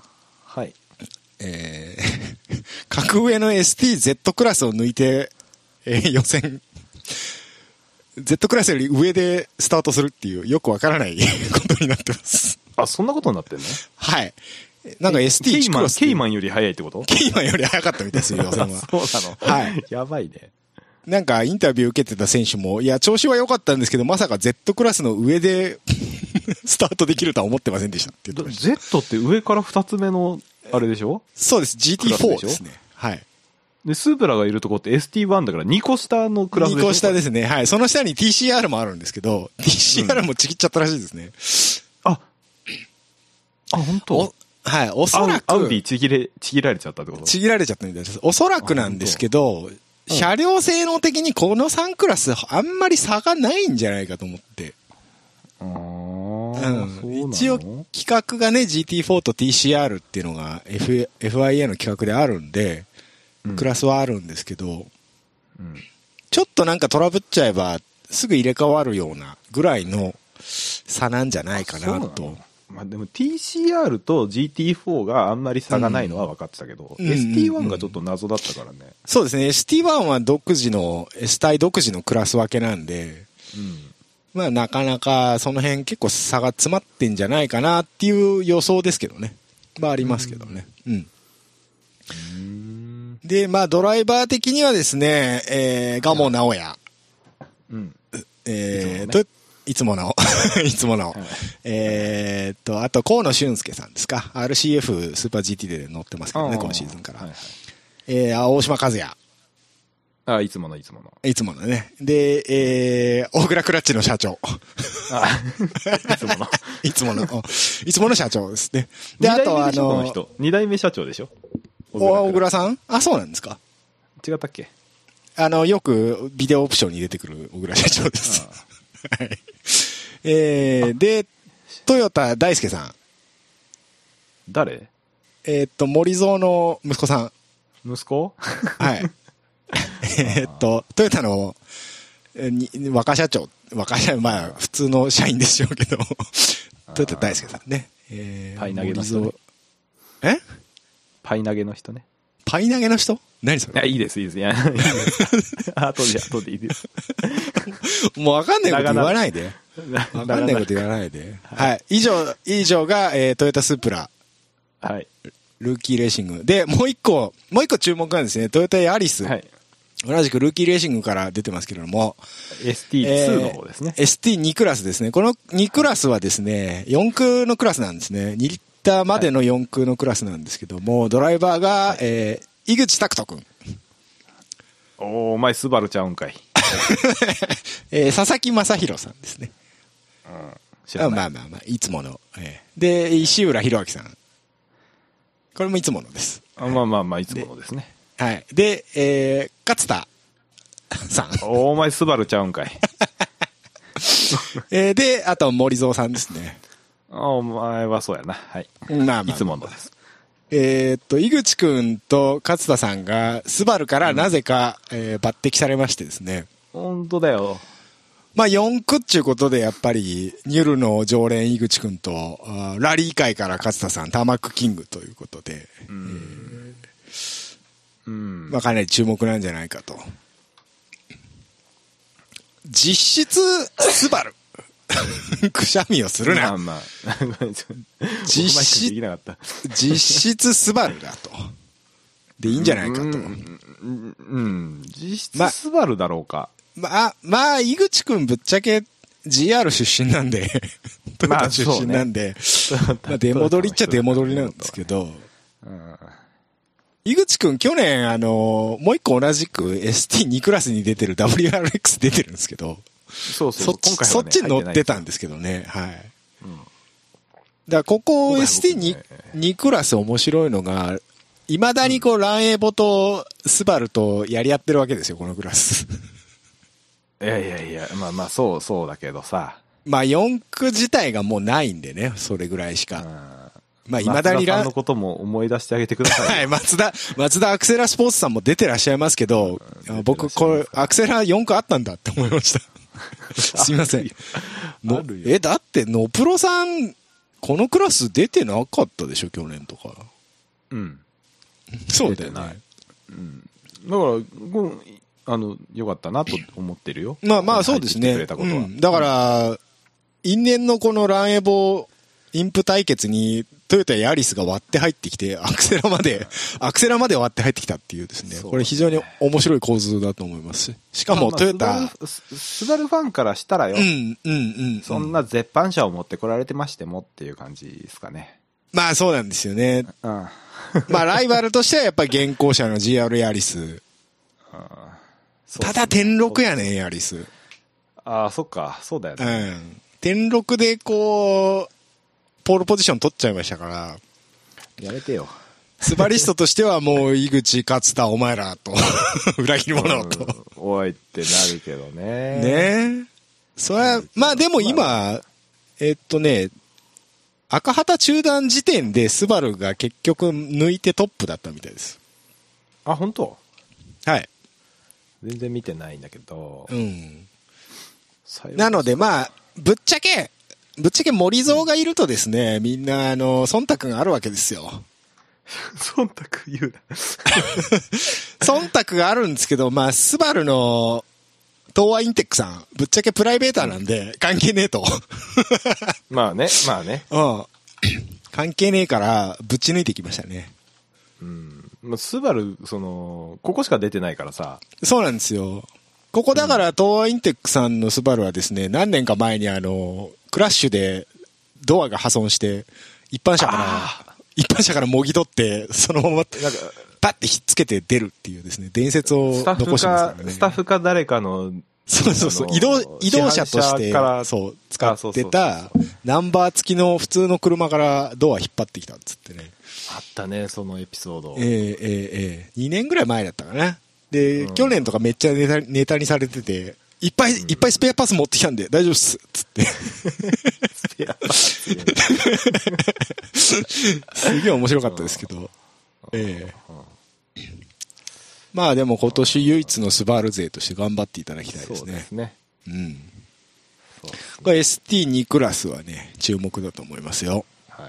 格上の STZ クラスを抜いて、予選、Z クラスより上でスタートするっていう、よくわからないことになってます。 そんなことになってんの？ はい。なんか ST1 クラス。 ケイマンより早いってこと？ ケイマンより早かったみたいですよ、予選は。 そうなの？やばいね。 なんかインタビュー受けてた選手も、いや、調子は良かったんですけど、まさか Z クラスの上でスタートできるとは思ってませんでしたって言ってました。 Z って上から2つ目のあれでしょ？ そうです。GT4 ですね。はい。 で、スープラがいるとこって ST1 だから2個下のクラスでしょ？ 2 個下ですね。はい。その下に TCR もあるんですけど、TCR もちぎっちゃったらしいですね。 本当？ はい。おそらく。 アウディちぎられちゃったってこと？ ちぎられちゃったみたいです。おそらくなんですけど、車両性能的にこの3クラスあんまり差がないんじゃないかと思って。一応規格がね GT4 と TCR っていうのが FIA の規格であるんで、クラスはあるんですけど、ちょっとなんかトラブっちゃえばすぐ入れ替わるようなぐらいの差なんじゃないかなと。 まあでも TCR と GT4 があんまり差がないのは分かってたけど、ST1 がちょっと謎だったからね。 そうですね。ST1 はS 体独自のクラス分けなんで、まあなかなかその辺結構差が詰まってんじゃないかなっていう予想ですけどね。まあありますけどね。で、まあドライバー的にはですね、蒲生直哉。いつもの。いつもの。あと、河野俊介さんですか。RCF スーパー GT で乗ってますけどね、今シーズンから。大島和也。 いつもの。 いつものね。で、大倉クラッチの社長。いつもの社長ですね。で、あと 2代目社長でしょ？ 大倉さん？そうなんですか。 違ったっけ？ よくビデオオプションに出てくる小倉社長です。はい。で、豊田大輔さん。 誰？ 森蔵の息子さん。 息子？ はい。トヨタの、若社長、まあ、普通の社員でしょうけど、トヨタ大輔さんね。 パイ投げの人、ね。パイ投げの人ね。 パイ投げの人？何それ？ いいです。いいです。後でいいです。 もうわかんないこと言わないで。わかんないこと言わないで。はい。以上が、トヨタスープラ。 はい。 ルーキーレーシング。で、もう一個注目なんですね。トヨタヤリス。はい。同じくルーキーレーシングから出てますけれども。 ST2 の方ですね。 ST2 クラスですね。この2クラスはですね、4駆のクラスなんですね。2リッターまでの4駆のクラスなんですけども、ドライバーが、井口拓人君。 お前スバルちゃうんかい。 佐々木正宏さんですね。 知らない。 まあ、いつもの。で、石浦博明さん。これもいつものです。 まあ、いつものですね。 はい。で、勝田さん。 お前スバルちゃうんかい。 で、あと森蔵さんですね。 お前はそうやな。はい。 まあ、 いつものです。 井口くんと勝田さんがスバルからなぜか、抜擢されましてですね。 本当だよ。 まあ4駆っていうことでやっぱりニュルの常連井口くんとラリー界から勝田さんターマックキングということで、まあかなり注目なんじゃないかと。実質スバルくしゃみをするな。実質スバルだと。でいいんじゃないかと。 実質スバルだろうか。 まあ、井口くんぶっちゃけ GR 出身なんで、トヨタ出身なんで、まあ出戻りっちゃ出戻りなんですけど、井口くん去年もう一個同じく ST2 クラスに出てる WRX 出てるんですけど、そっちに乗ってたんですけどね、はい。だからここ ST2 クラス面白いのが、未だにこうランエボとスバルとやり合ってるわけですよ、このクラス。 いや、まあそうだけどさ。 まあ4駆自体がもうないんでね、それぐらいしか。まあ未だに松田さんのことも思い出してあげてください。 はい、松田アクセラスポーツさんも出てらっしゃいますけど、僕これアクセラ4駆あったんだって思いました。すいません。だってノプロさんこのクラス出てなかったでしょ去年とか。そうだよね。 だからよかったなと思ってるよ。 まあそうですね。だから、因縁のこのランエボインプ対決にトヨタヤリスが割って入ってきて、アクセラまで割って入ってきたっていうですね。これ非常に面白い構図だと思います。しかもトヨタ。 スバルファンからしたらよ。そんな絶版車を持ってこられてましてもっていう感じですかね。 まあそうなんですよね。 あまあライバルとしてはやっぱり現行車の GR ヤリス。ただ天禄やねん、ヤリス。 ああ、そっか、そうだよね。 うん。天禄でこう、ポールポジション取っちゃいましたから。 やめてよ。 スバリストとしてはもう井口勝田お前らと裏切り者と、 おいってなるけどね。 ねえ。それはまあでも今赤旗中断時点でスバルが結局抜いてトップだったみたいです。 あ、本当？ はい。 全然見てないんだけど。 うん。なのでまあぶっちゃけ森蔵がいるとですね、みんな忖度があるわけですよ。 忖度言うな。 忖度があるんですけど、まあ、スバルの東亜インテックさん、ぶっちゃけプライベーターなんで、関係ねえと。 まあね、まあね。 うん。関係ねえから、ぶち抜いてきましたね。 うん。まあ、スバル、ここしか出てないからさ。 そうなんですよ。ここだから、東亜インテックさんのスバルはですね、何年か前にクラッシュでドアが破損して、一般車からもぎ取って、そのまま、パッてひっつけて出るっていうですね、伝説を残しますからね。 スタッフか誰かの、 そう、移動車として、そう、使ってた、ナンバー付きの普通の車からドア引っ張ってきたっつってね。 あったね、そのエピソード。 2年ぐらい前だったかな。で、去年とかめっちゃネタにされてて、いっぱいスペアパス持ってきたんで大丈夫っすっつって。 スペアパス。 すげえ面白かったですけど。まあでも今年唯一のスバル勢として頑張っていただきたいですね。 そうですね。 うん。これ ST2 クラスはね、注目だと思いますよ。 はい。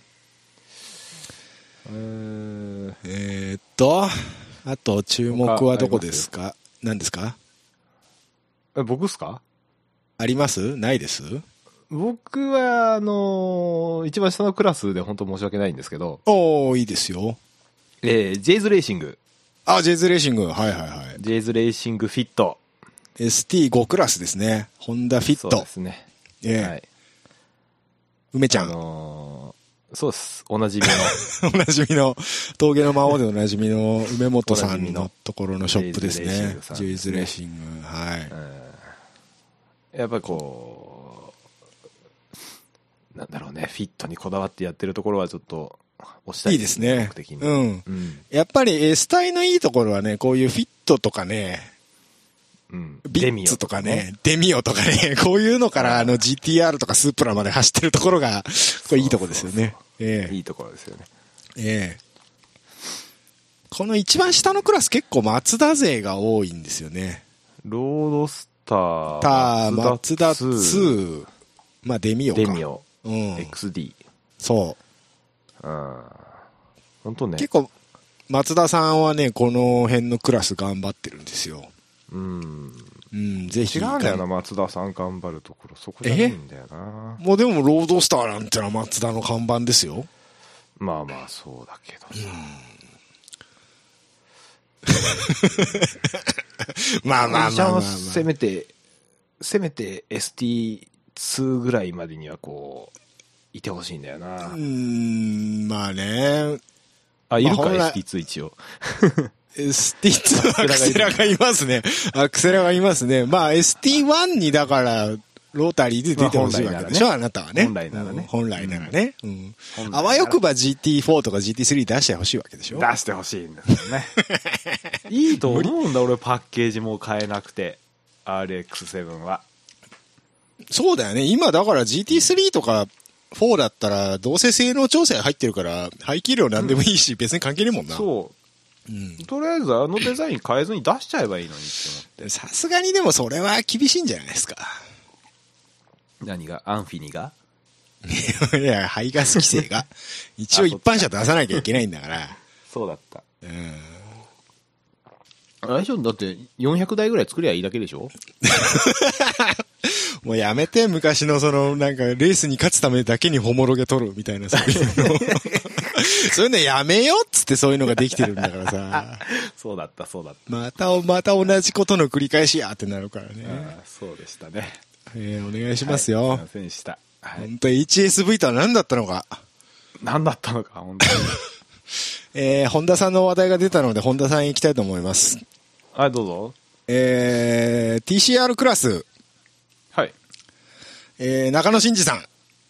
あと注目はどこですか？何ですか？ 僕っすか？ あります？ないです？ 僕は、一番下のクラスで本当申し訳ないんですけど。 いいですよ。 ジェイズレーシング。 あ、ジェイズレーシング。はいはいはい。 ジェイズレーシングフィット。 ST5 クラスですね。ホンダフィット。そうですね。 はい。梅ちゃん。 そうです。おなじみの。 おなじみの、峠の魔王でおなじみの梅本さんのところのショップですね。ジェイズレーシング。はい。 やっぱりこう、なんだろうね、フィットにこだわってやってるところはちょっと押したいですね。 いいですね。うん。やっぱり S 体のいいところはね、こういうフィットとかね、ビッツとかね、デミオとかね、こういうのからGTR とかスープラまで走ってるところが、これいいところですよね。 いいところですよね。 この一番下のクラス結構マツダ勢が多いんですよね。 ロードスター、 マツダ2、まあデミオか。 デミオ。XD。 そう。 本当ね。 結構、松田さんはね、この辺のクラス頑張ってるんですよ。ぜひ。 違うんだよな、松田さん頑張るところ。そこじゃないんだよな。 もうでも、ロードスターなんてのは松田の看板ですよ。 まあまあ、そうだけどさ。 まあまあまあ。 せめて ST2 ぐらいまでにはこう、いてほしいんだよな。 まあね。 いるか、ST2 一応。 ST2 アクセラがいますね。アクセラがいますね。まあ ST1 にだから、ロータリーで出てほしいわけでしょ、あなたはね。 本来ならね。 本来ならね。あわよくば GT4 とか GT3 出してほしいわけでしょ。 出してほしいんですよね。いいと思うんだ、俺パッケージも変えなくて。RX7 は。 そうだよね。今だから GT3 とか4だったら、どうせ性能調整入ってるから、排気量なんでもいいし、別に関係ねえもんな。 そう。とりあえずデザイン変えずに出しちゃえばいいのにって思って。 さすがにでもそれは厳しいんじゃないですか。 何が？アンフィニが？ いや、排ガス規制が。一応一般車出さなきゃいけないんだから。 そうだった。あれでしょ？だって400台ぐらい作りゃいいだけでしょ？ もうやめて、昔のなんかレースに勝つためだけにホモロゲ取るみたいなそういうのやめようっつってそういうのができてるんだからさ。 そうだった。 また同じことの繰り返しやってなるからね。 そうでしたね。 お願いしますよ。 すいませんでした。 本当 HSV とは何だったのか。 何だったのか、本当に。 本田さんの話題が出たので、本田さん行きたいと思います。 はい、どうぞ。 TCR クラス。 はい。 中野真二さん。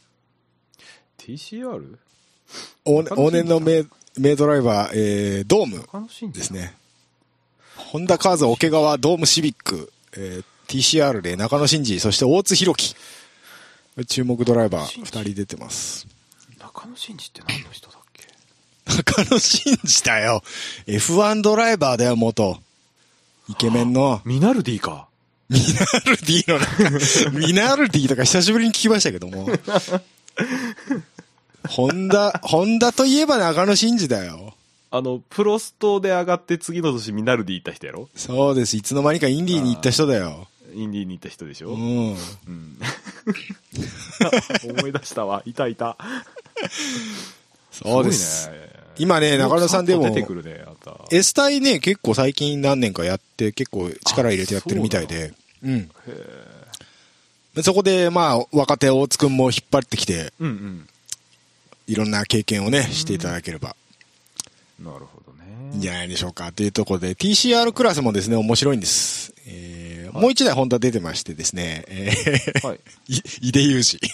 TCR？ 往年の名ドライバー、ドームですね。ホンダカーズ桶川ドームシビック、TCR で中野真二、そして大津弘樹。注目ドライバー2人出てます。 中野真二って何の人だっけ？ 中野真二だよ。F1 ドライバーだよ、元。イケメンの。 ミナルディか。 ミナルディのミナルディとか久しぶりに聞きましたけども。ホンダといえば中野真二だよ。 プロストで上がって次の年ミナルディ行った人やろ？ そうです。いつの間にかインディーに行った人だよ。 インディーに行った人でしょ？ うん。 思い出したわ。いた。 そうです。すごいね。今ね、中野さんでも、 出てくるね、 S 隊ね、結構最近何年かやって、結構力入れてやってるみたいで。うん。そこで、まあ、若手大津くんも引っ張ってきて、いろんな経験をね、していただければ。 なるほどね。 いいんじゃないでしょうか。というところで、TCR クラスもですね、面白いんです。もう一台ホンダ出てましてですね、井出裕二。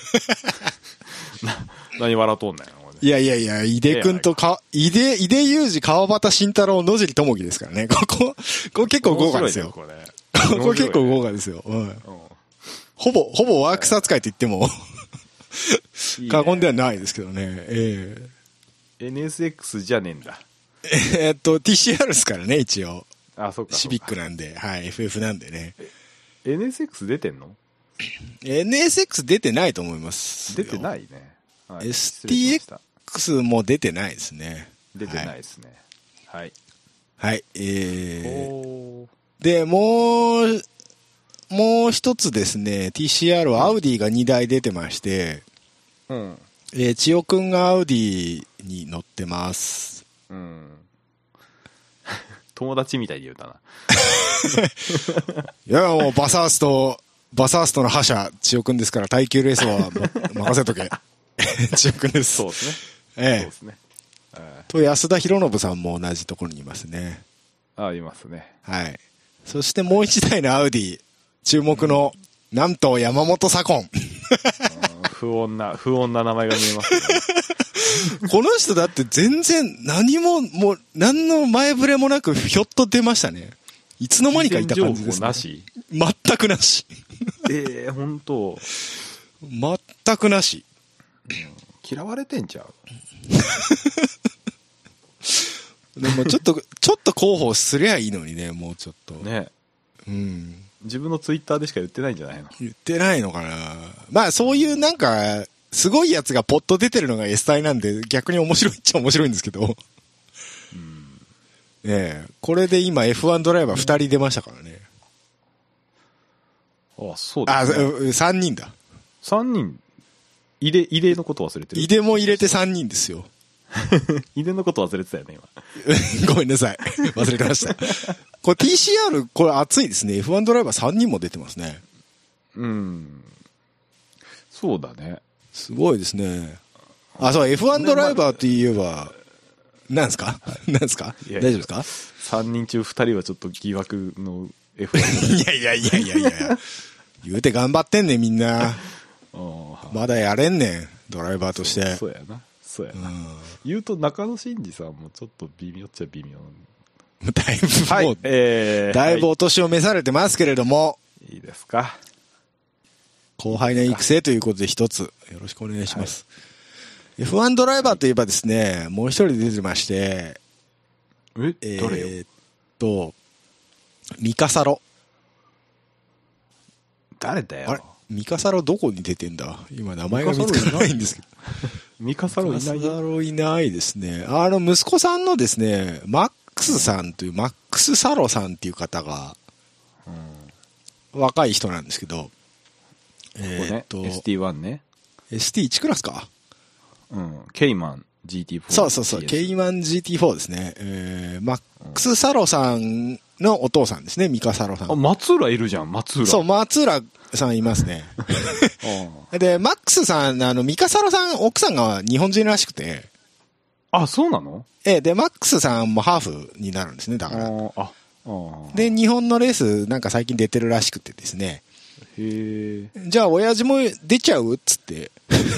何笑うとんねん。 いや、井出くんと井出裕二、川端慎太郎、野尻智樹ですからね。ここ結構豪華ですよ。ここ結構豪華ですよ。ほぼワークス扱いと言っても過言ではないですけどね。 NSX じゃねえんだ。 TCR ですからね、一応。 あ、そうか。 シビックなんで、はい、FF なんでね。 NSX 出てんの？ NSX 出てないと思います。 出てないね。 はい、STX も出てないですね。 出てないですね。はい。 はい。で、もう一つですね、TCR はアウディが2台出てまして、千代くんがアウディに乗ってます。 友達みたいで言うたな。 いや、もうバサーストの覇者、千代くんですから、耐久レースは任せとけ。千代くんです。 そうですね。 そうですね。と、安田博信さんも同じところにいますね。 いますね。 はい。そしてもう一台のアウディ、注目の、なんと山本左近。 不穏な名前が見えますね。 この人だって全然何の前触れもなくひょっと出ましたね。いつの間にかいた感じですね。 なし？ 全くなし。 本当。 全くなし。 嫌われてんちゃう？ でもちょっと広報すりゃいいのにね、もうちょっと。 ね。自分のツイッターでしか言ってないんじゃないの？ 言ってないのかな。まあそういうなんか、すごいやつがポッと出てるのが S 隊なんで、逆に面白いっちゃ面白いんですけど。これで今 F1 ドライバー2人出ましたからね。 そうですね。 3人だ。 3人。入れのこと忘れてる。 入れも入れて3人ですよ。 入れのこと忘れてたよね、 今。ごめんなさい。忘れてました。これ TCR、これ熱いですね。F1 ドライバー3人も出てますね。 そうだね。 すごいですね。そう、F1 ドライバーといえば、なんすか大丈夫ですか ?3 人中2人はちょっと疑惑の F1 いや。言うて頑張ってんねん、みんな。まだやれんねん、ドライバーとして。 そうやな。言うと中野真二さんもちょっと微妙っちゃ微妙。 だいぶもう、だいぶお年を召されてますけれども。 いいですか。 後輩の育成ということで一つ、よろしくお願いします。F1 ドライバーといえばですね、もう一人出てまして、 誰よ？ ミカサロ。 誰だよ。 あれミカサロどこに出てんだ？今名前が見つからないんですけど。 ミカサロいない？ ミカサロいないですね。息子さんのですね、マックスさんという、マックスサロさんっていう方が、若い人なんですけど、 ST1 ね。 ST1 クラスか。 ケイマン GT4。 そう。ケイマン GT4 ですね。マックスサロさんのお父さんですね、三笠サロさん。 松浦いるじゃん、松浦。 そう、松浦さんいますね。で、マックスさん、三笠サロさん、奥さんが日本人らしくて。 あ、そうなの？ で、マックスさんもハーフになるんですね、だから。で、日本のレースなんか最近出てるらしくてですね。 へえ。 じゃあ、親父も出ちゃうっつって。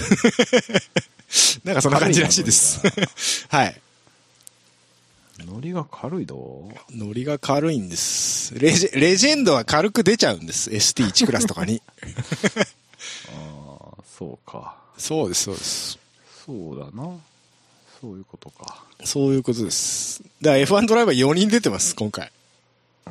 なんかそんな感じらしいです。はい。 ノリが軽いど。 ノリが軽いんです。レジェンドは軽く出ちゃうんです。ST1 クラスとかに。 ああ、そうか。 そうです、そうです。 そうだな。そういうことか。 そういうことです。だから F1 ドライバー4人出てます、今回。 うん。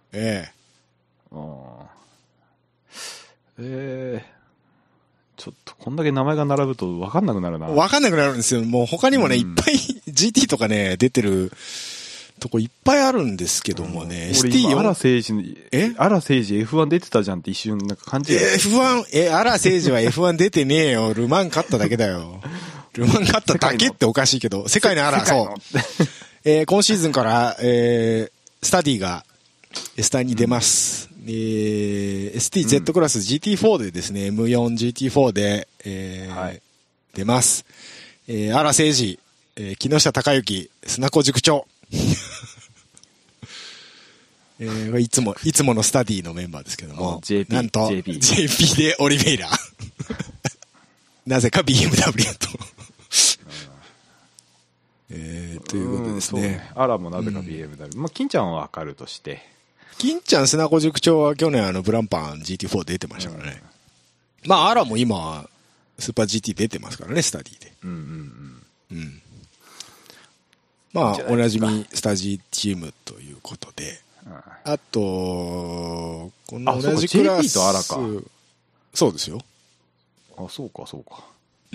ちょっとこんだけ名前が並ぶと分かんなくなるな。 分かんなくなるんですよ。もう他にもね、いっぱい GT とかね、出てるとこいっぱいあるんですけどもね。 俺今、荒誠治 F1 出てたじゃんって一瞬なんか感じ。 F1、荒誠治は F1 出てねえよ。ルマン勝っただけだよ。ルマン勝っただけっておかしいけど、世界の荒、そう。今シーズンから、スタディが S タイに出ます。STZ クラス GT4 でですね、M4GT4 で、 はい、 出ます。荒誠治、木下隆之、砂子塾長。いつものスタディのメンバーですけども、なんと JP でオリベイラ。なぜか BMW と。ということですね。 アラもなぜか BMW。まあ、金ちゃんはわかるとして。 金ちゃん砂子塾長は去年ブランパン GT4 出てましたからね。まあ、アラも今、スーパー GT 出てますからね、スタディで。まあ、おなじみスタジチームということで。あと、この同じクラス。 JP とアラか。 そうですよ。 あ、そうか、そうか。 うん。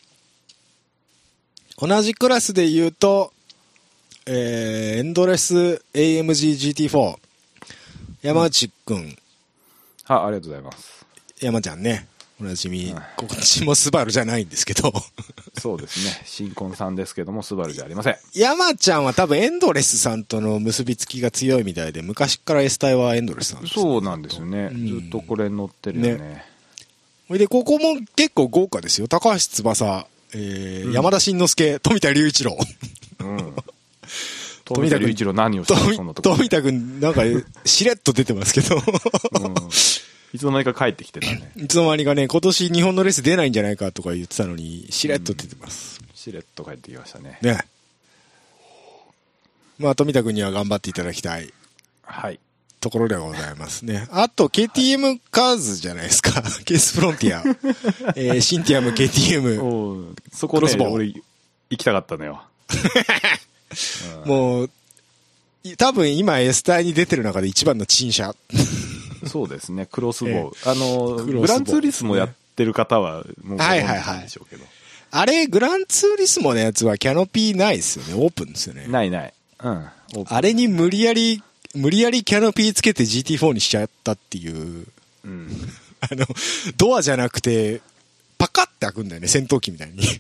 同じクラスで言うと、エンドレス AMG GT4。山内くん。 ありがとうございます。 山ちゃんね。おなじみ。こっちもスバルじゃないんですけど。 そうですね。新婚さんですけども、スバルじゃありません。 山ちゃんは多分エンドレスさんとの結びつきが強いみたいで、昔から S 隊はエンドレスさんです、ね。 そうなんですよね。ずっとこれ乗ってるよね。 で、ここも結構豪華ですよ。高橋翼、山田慎之介、富田隆一郎。 富田隆一郎何をしたのそんなところ。 富田くん、なんか、しれっと出てますけど。 いつの間にか帰ってきてたね。 いつの間にかね、今年日本のレース出ないんじゃないかとか言ってたのに、しれっと出てます。 しれっと帰ってきましたね。 ね。まあ、富田くんには頑張っていただきたい。 はい。 ところでございますね。あと、KTM カーズじゃないですか。ケースフロンティア。シンティアム KTM。 そこね、俺、行きたかったのよ。 もう、多分今 S 隊に出てる中で一番の陳謝。 そうですね、クロスボウ。グランツーリスモやってる方は、もうご存知なんでしょうけど。 あれ、グランツーリスモのやつはキャノピーないですよね。オープンですよね。 ない。うん。 あれに無理やりキャノピーつけて GT4 にしちゃったっていう。 うん。 ドアじゃなくて、パカって開くんだよね、戦闘機みたいに。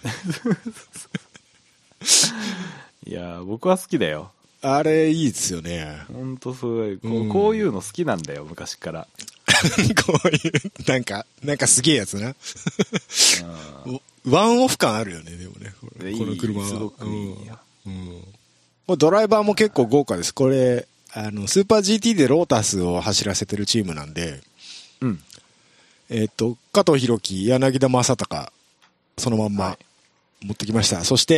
いやー、僕は好きだよ。 あれ、いいですよね。 ほんとすごい。こういうの好きなんだよ、昔から。 こういう、なんかすげえやつな。ワンオフ感あるよね、でもね。この車は。 すごくいいよ。 ドライバーも結構豪華です。これ、スーパー GT でロータスを走らせてるチームなんで、 うん。 加藤弘樹、柳田正隆、そのまんま持ってきました。はい、そして、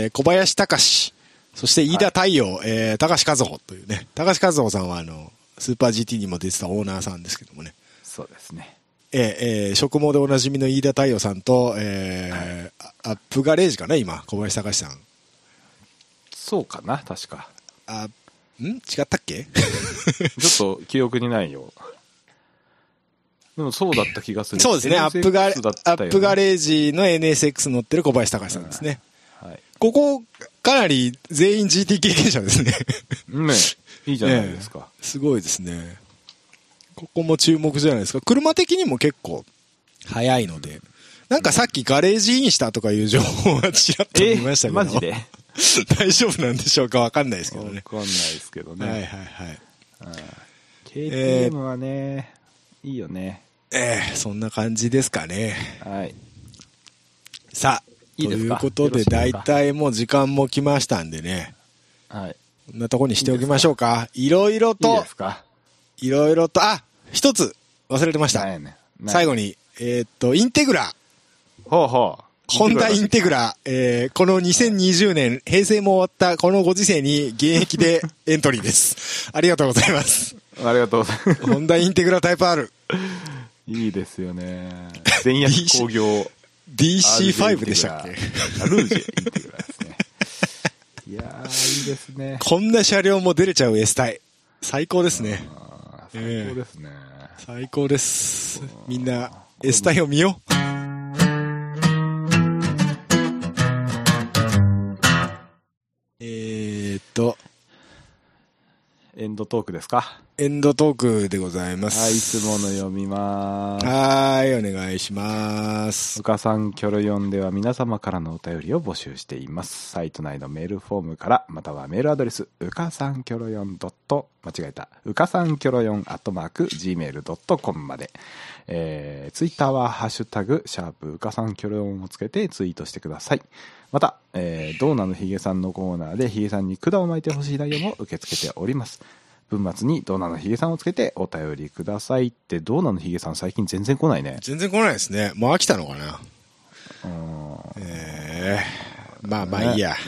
小林隆、そして飯田太陽、高橋和穂というね。高橋和穂さんはスーパー GT にも出てたオーナーさんですけどもね。 そうですね。 職毛でおなじみの飯田太陽さんと、アップガレージかな、今、小林隆さん。 そうかな、確か。 違ったっけちょっと記憶にないよ。でもそうだった気がする。 そうですね。アップガレージの NSX 乗ってる小林隆さんですね。はい。ここ、かなり全員 GT 経験者ですね。 ね、いいじゃないですか。 すごいですね。ここも注目じゃないですか。車的にも結構速いので。なんかさっきガレージインしたとかいう情報はちらっと見ましたけど。 マジで大丈夫なんでしょうかわかんないですけどね。 わかんないですけどね。 はいはいはい。 KTM はね、いいよね。 そんな感じですかね。 はい。 さあ、 いいですか？ ということで、だいたいもう時間も来ましたんでね。 はい。 こんなとこにしておきましょうか。いろいろいいとですか？ 一つ忘れてました。最後に、インテグラ。 ほうほう。 ホンダインテグラ、この2020年、平成も終わったこのご時世に現役でエントリーです。ありがとうございます。 ありがとうございます。 ホンダインテグラタイプ R。 いいですよね。全薬工業。 DC5 でしたっけ？ ルージェインテグラですね。いやー、いいですね。 こんな車両も出れちゃう S タイ。最高ですね。 最高ですね。 最高です。みんな S タイを見よう。 エンドトークですか？ エンドトークでございます。 はい、いつもの読みます。 はい、お願いします。 うかさんキョロ4では皆様からのお便りを募集しています。サイト内のメールフォームから、またはメールアドレス、うかさんキョロ4うかさんキョロ4@gmail.com まで。ツイッターはハッシュタグ、#うかさんキョロ4をつけてツイートしてください。また、ドーナのヒゲさんのコーナーでヒゲさんに管を巻いてほしい内容も受け付けております。文末にドーナのヒゲさんをつけてお便りくださいって。ドーナのヒゲさん最近全然来ないね。 全然来ないですね。もう飽きたのかな。まあまあいいや。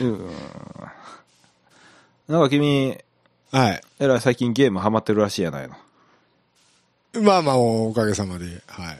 なんか君、 はい。 えらい最近ゲームハマってるらしいやないの。 まあまあおかげさまで、はい。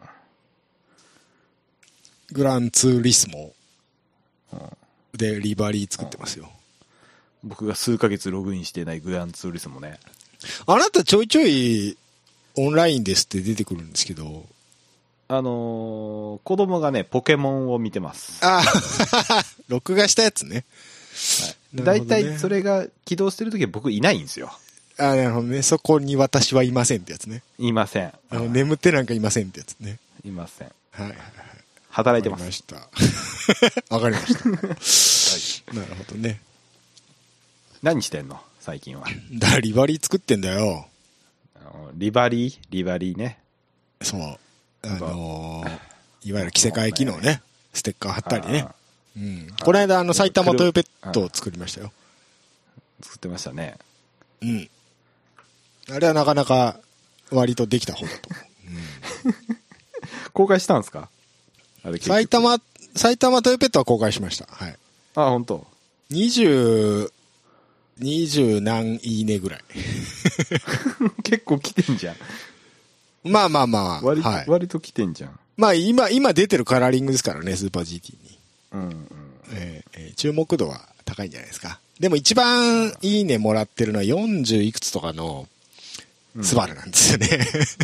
グランツーリスモでリバリー作ってますよ。 僕が数ヶ月ログインしてないグランツーリスモね。 あなたちょいちょいオンラインですって出てくるんですけど。 子供がね、ポケモンを見てます。 録画したやつね。 はい。だいたいそれが起動してるときは僕いないんですよ。 なるほどね。そこに私はいませんってやつね。 いません。 眠ってなんかいませんってやつね。 いません。 はい。 働いてます。 わかりました。はい。なるほどね。 何してんの最近は。 だからリバリー作ってんだよ。 リバリーね。 そう。いわゆる着せ替え機能ね。ステッカー貼ったりね。この間埼玉トヨペットを作りましたよ。 作ってましたね。 うん。あれはなかなか割とできた方だと思う。 公開したんですか？ 埼玉トヨペットは公開しました。はい。 本当。 20何いいねぐらい。 結構来てんじゃん。 まあ。 割と来てんじゃん。 まあ今出てるカラーリングですからね、スーパー GT に。注目度は高いんじゃないですか。でも一番いいねもらってるのは40いくつとかのスバルなんですよね。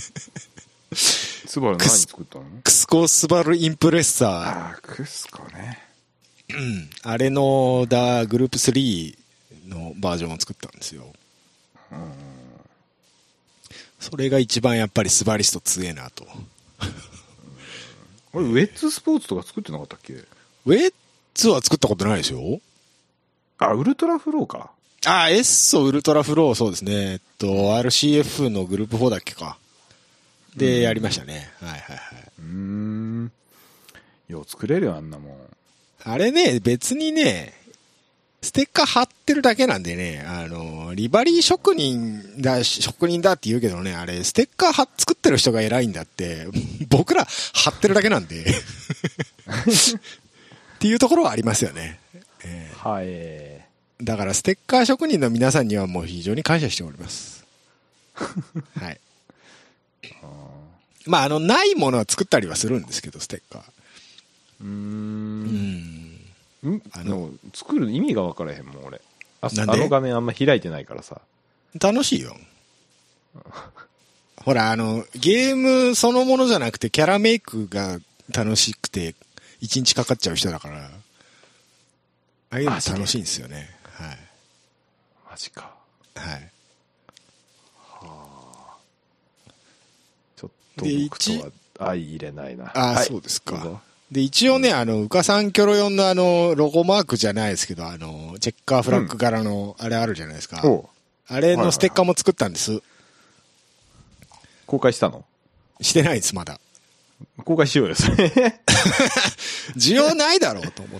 スバル何作ったの？ クスコスバルインプレッサー。クスコね。 あれのグループ3のバージョンを作ったんですよ。それが一番やっぱりスバリスト強えなと。 これウェッツスポーツとか作ってなかったっけ？ ウェッツは作ったことないですよ。 ウルトラフローか。 エッソウルトラフロー、そうですね。RCF のグループ4だっけか。で、やりましたね。はい。 よう作れるよ、あんなもん。 あれね、別にね、ステッカー貼ってるだけなんでね、リバリー職人だって言うけどね、あれ、ステッカー作ってる人が偉いんだって、僕ら貼ってるだけなんで。っていうところはありますよね。 はい。 だからステッカー職人の皆さんにはもう非常に感謝しております。はい。まあ、ないものは作ったりはするんですけど、ステッカー。 作る意味が分からへんもん、俺。の画面あんま開いてないからさ。 楽しいよ。ほら、ゲームそのものじゃなくて、キャラメイクが楽しくて、1日かかっちゃう人だから、ああいうの楽しいんですよね。はい。 マジか。 はい。 ちょっと僕とは相入れないな。 そうですか。 で、一応ね、うかさんキョロヨンのロゴマークじゃないですけど、チェッカーフラッグ柄の、あれあるじゃないですか。あれのステッカーも作ったんです。 公開したの？ してないです、まだ。 公開しようよ、それ。 需要ないだろうと思って。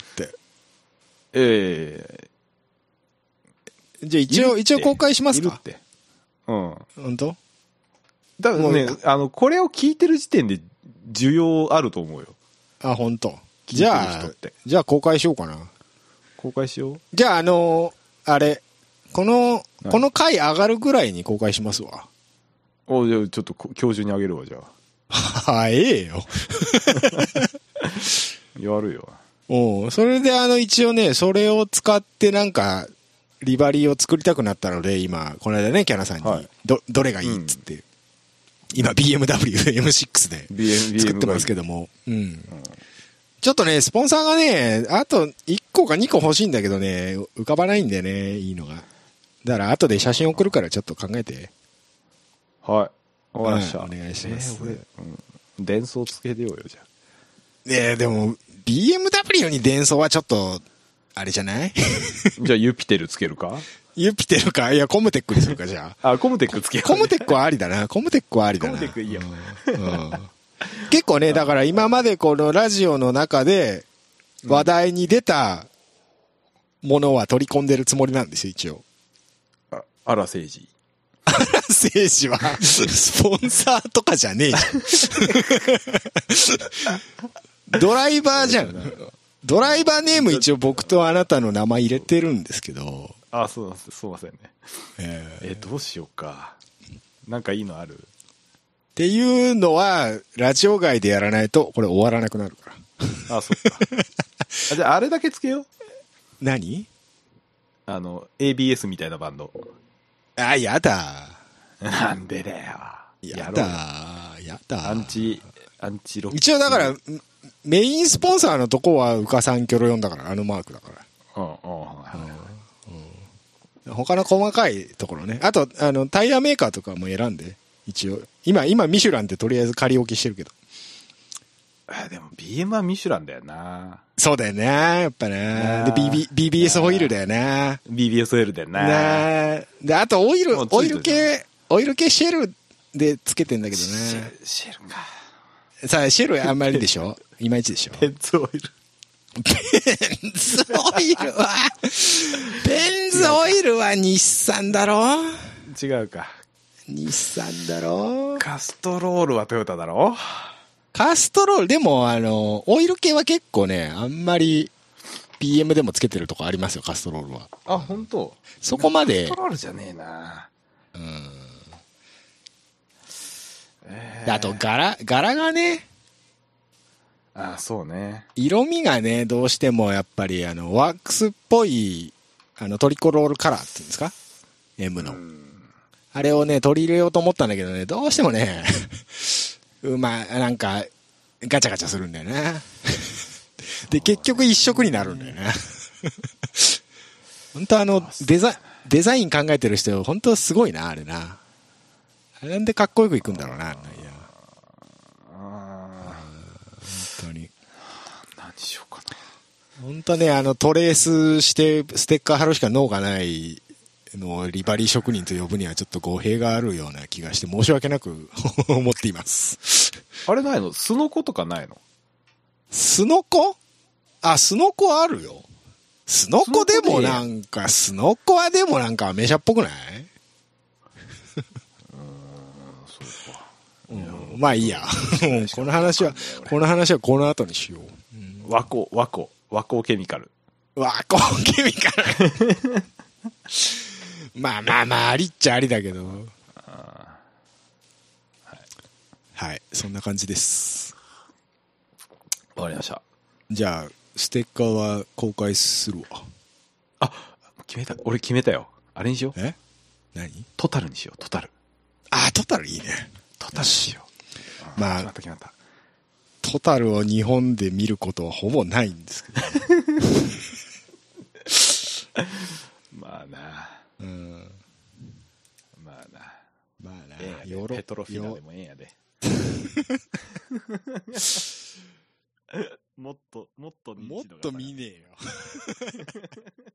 じゃあ一応公開しますか？ いるって。うん。 本当？ だからね、これを聞いてる時点で需要あると思うよ。 あ、本当。じゃあ公開しようかな。 公開しよう。 じゃああれ、この回上がるぐらいに公開しますわ。 じゃあちょっと今日中にあげるわ、じゃあ。 早えよ。 やるよ。 それで一応ね、それを使ってなんか、リバリーを作りたくなったので、今、この間ね、キャナさんに、はい、どれがいいっつって、今 BMW M6 で作ってますけども、ちょっとね、スポンサーがね、あと1個か2個欲しいんだけどね、浮かばないんだよね、いいのが。だから後で写真送るからちょっと考えて。 はい。わかりました。 お願いします。 伝送つけてようよ、じゃあ。 ねえ、でも、BMW に伝送はちょっと、あれじゃないじゃあユピテルつけるか？ ユピテルか？いや、コムテックにするか、じゃあ。 コムテックつけよう。 コムテックはありだな。コムテックはありだな。 コムテックいいよ。 結構ね、だから今までこのラジオの中で話題に出たものは取り込んでるつもりなんですよ、一応。 あら政治。 あら政治は、スポンサーとかじゃねえじゃん。ドライバーじゃん。ドライバーネーム一応僕とあなたの名前入れてるんですけど。 すいませんね。どうしようか。なんかいいのある？ っていうのは、ラジオ外でやらないと、これ終わらなくなるから。 そっか。じゃあ、あれだけつけよう。 何 ？ABS みたいなバンド。 やだ。 なんでだよ。 やだ。 アンチロック。 一応だから、メインスポンサーのとこは、うかさんキョロヨンだから、マークだから。他の細かいところね。あと、タイヤメーカーとかも選んで、一応。今、ミシュランってとりあえず仮置きしてるけど。 でも BM はミシュランだよな。 そうだよね。やっぱね。で、BBS ホイールだよね。 BBS ホイールだよな。 で、あとオイル系シェルでつけてんだけどね。 シェルか。 さあ、シェルあんまりでしょ？いまいちでしょ？ ベンズオイル。 ベンズオイルは日産だろ？ 違うか。 日産だろ？ カストロールはトヨタだろ？ カストロール、でもオイル系は結構ね、あんまり BM でもつけてるとこありますよ、カストロールは。 本当？ そこまで。 カストロールじゃねえな。 あと、柄がね。 そうね。 色味がね、どうしてもやっぱりワックスっぽい、トリコロールカラーっていうんですか？ M の。あれをね、取り入れようと思ったんだけどね、どうしてもね、なんか、ガチャガチャするんだよね。で、結局一色になるんだよね。本当デザイン考えてる人、本当すごいな、あれな。あれなんでかっこよくいくんだろうな、本当に。 何しようかな。 本当ね、トレースしてステッカー貼るしか能がないのをリバリー職人と呼ぶにはちょっと語弊があるような気がして申し訳なく思っています。 あれないの？スノコとかないの？ スノコ？スノコあるよ。スノコでもなんか、スノコはでもなんかアメ車っぽくない？ そうか。 まあいいや。この話はこの後にしよう。 和光ケミカル。 和光ケミカル。まあ、ありっちゃありだけど。はい、そんな感じです。 わかりました。 じゃあ、ステッカーは公開するわ。 俺決めたよ。あれにしよう。 何？ トタルにしよう、トタル。 トタルいいね。 トタルしよう。決まった。トタルを日本で見ることはほぼないんですけど。 まあな。ペトロフィナでもええんやで。 もっと認知度がもっと見ねえよ。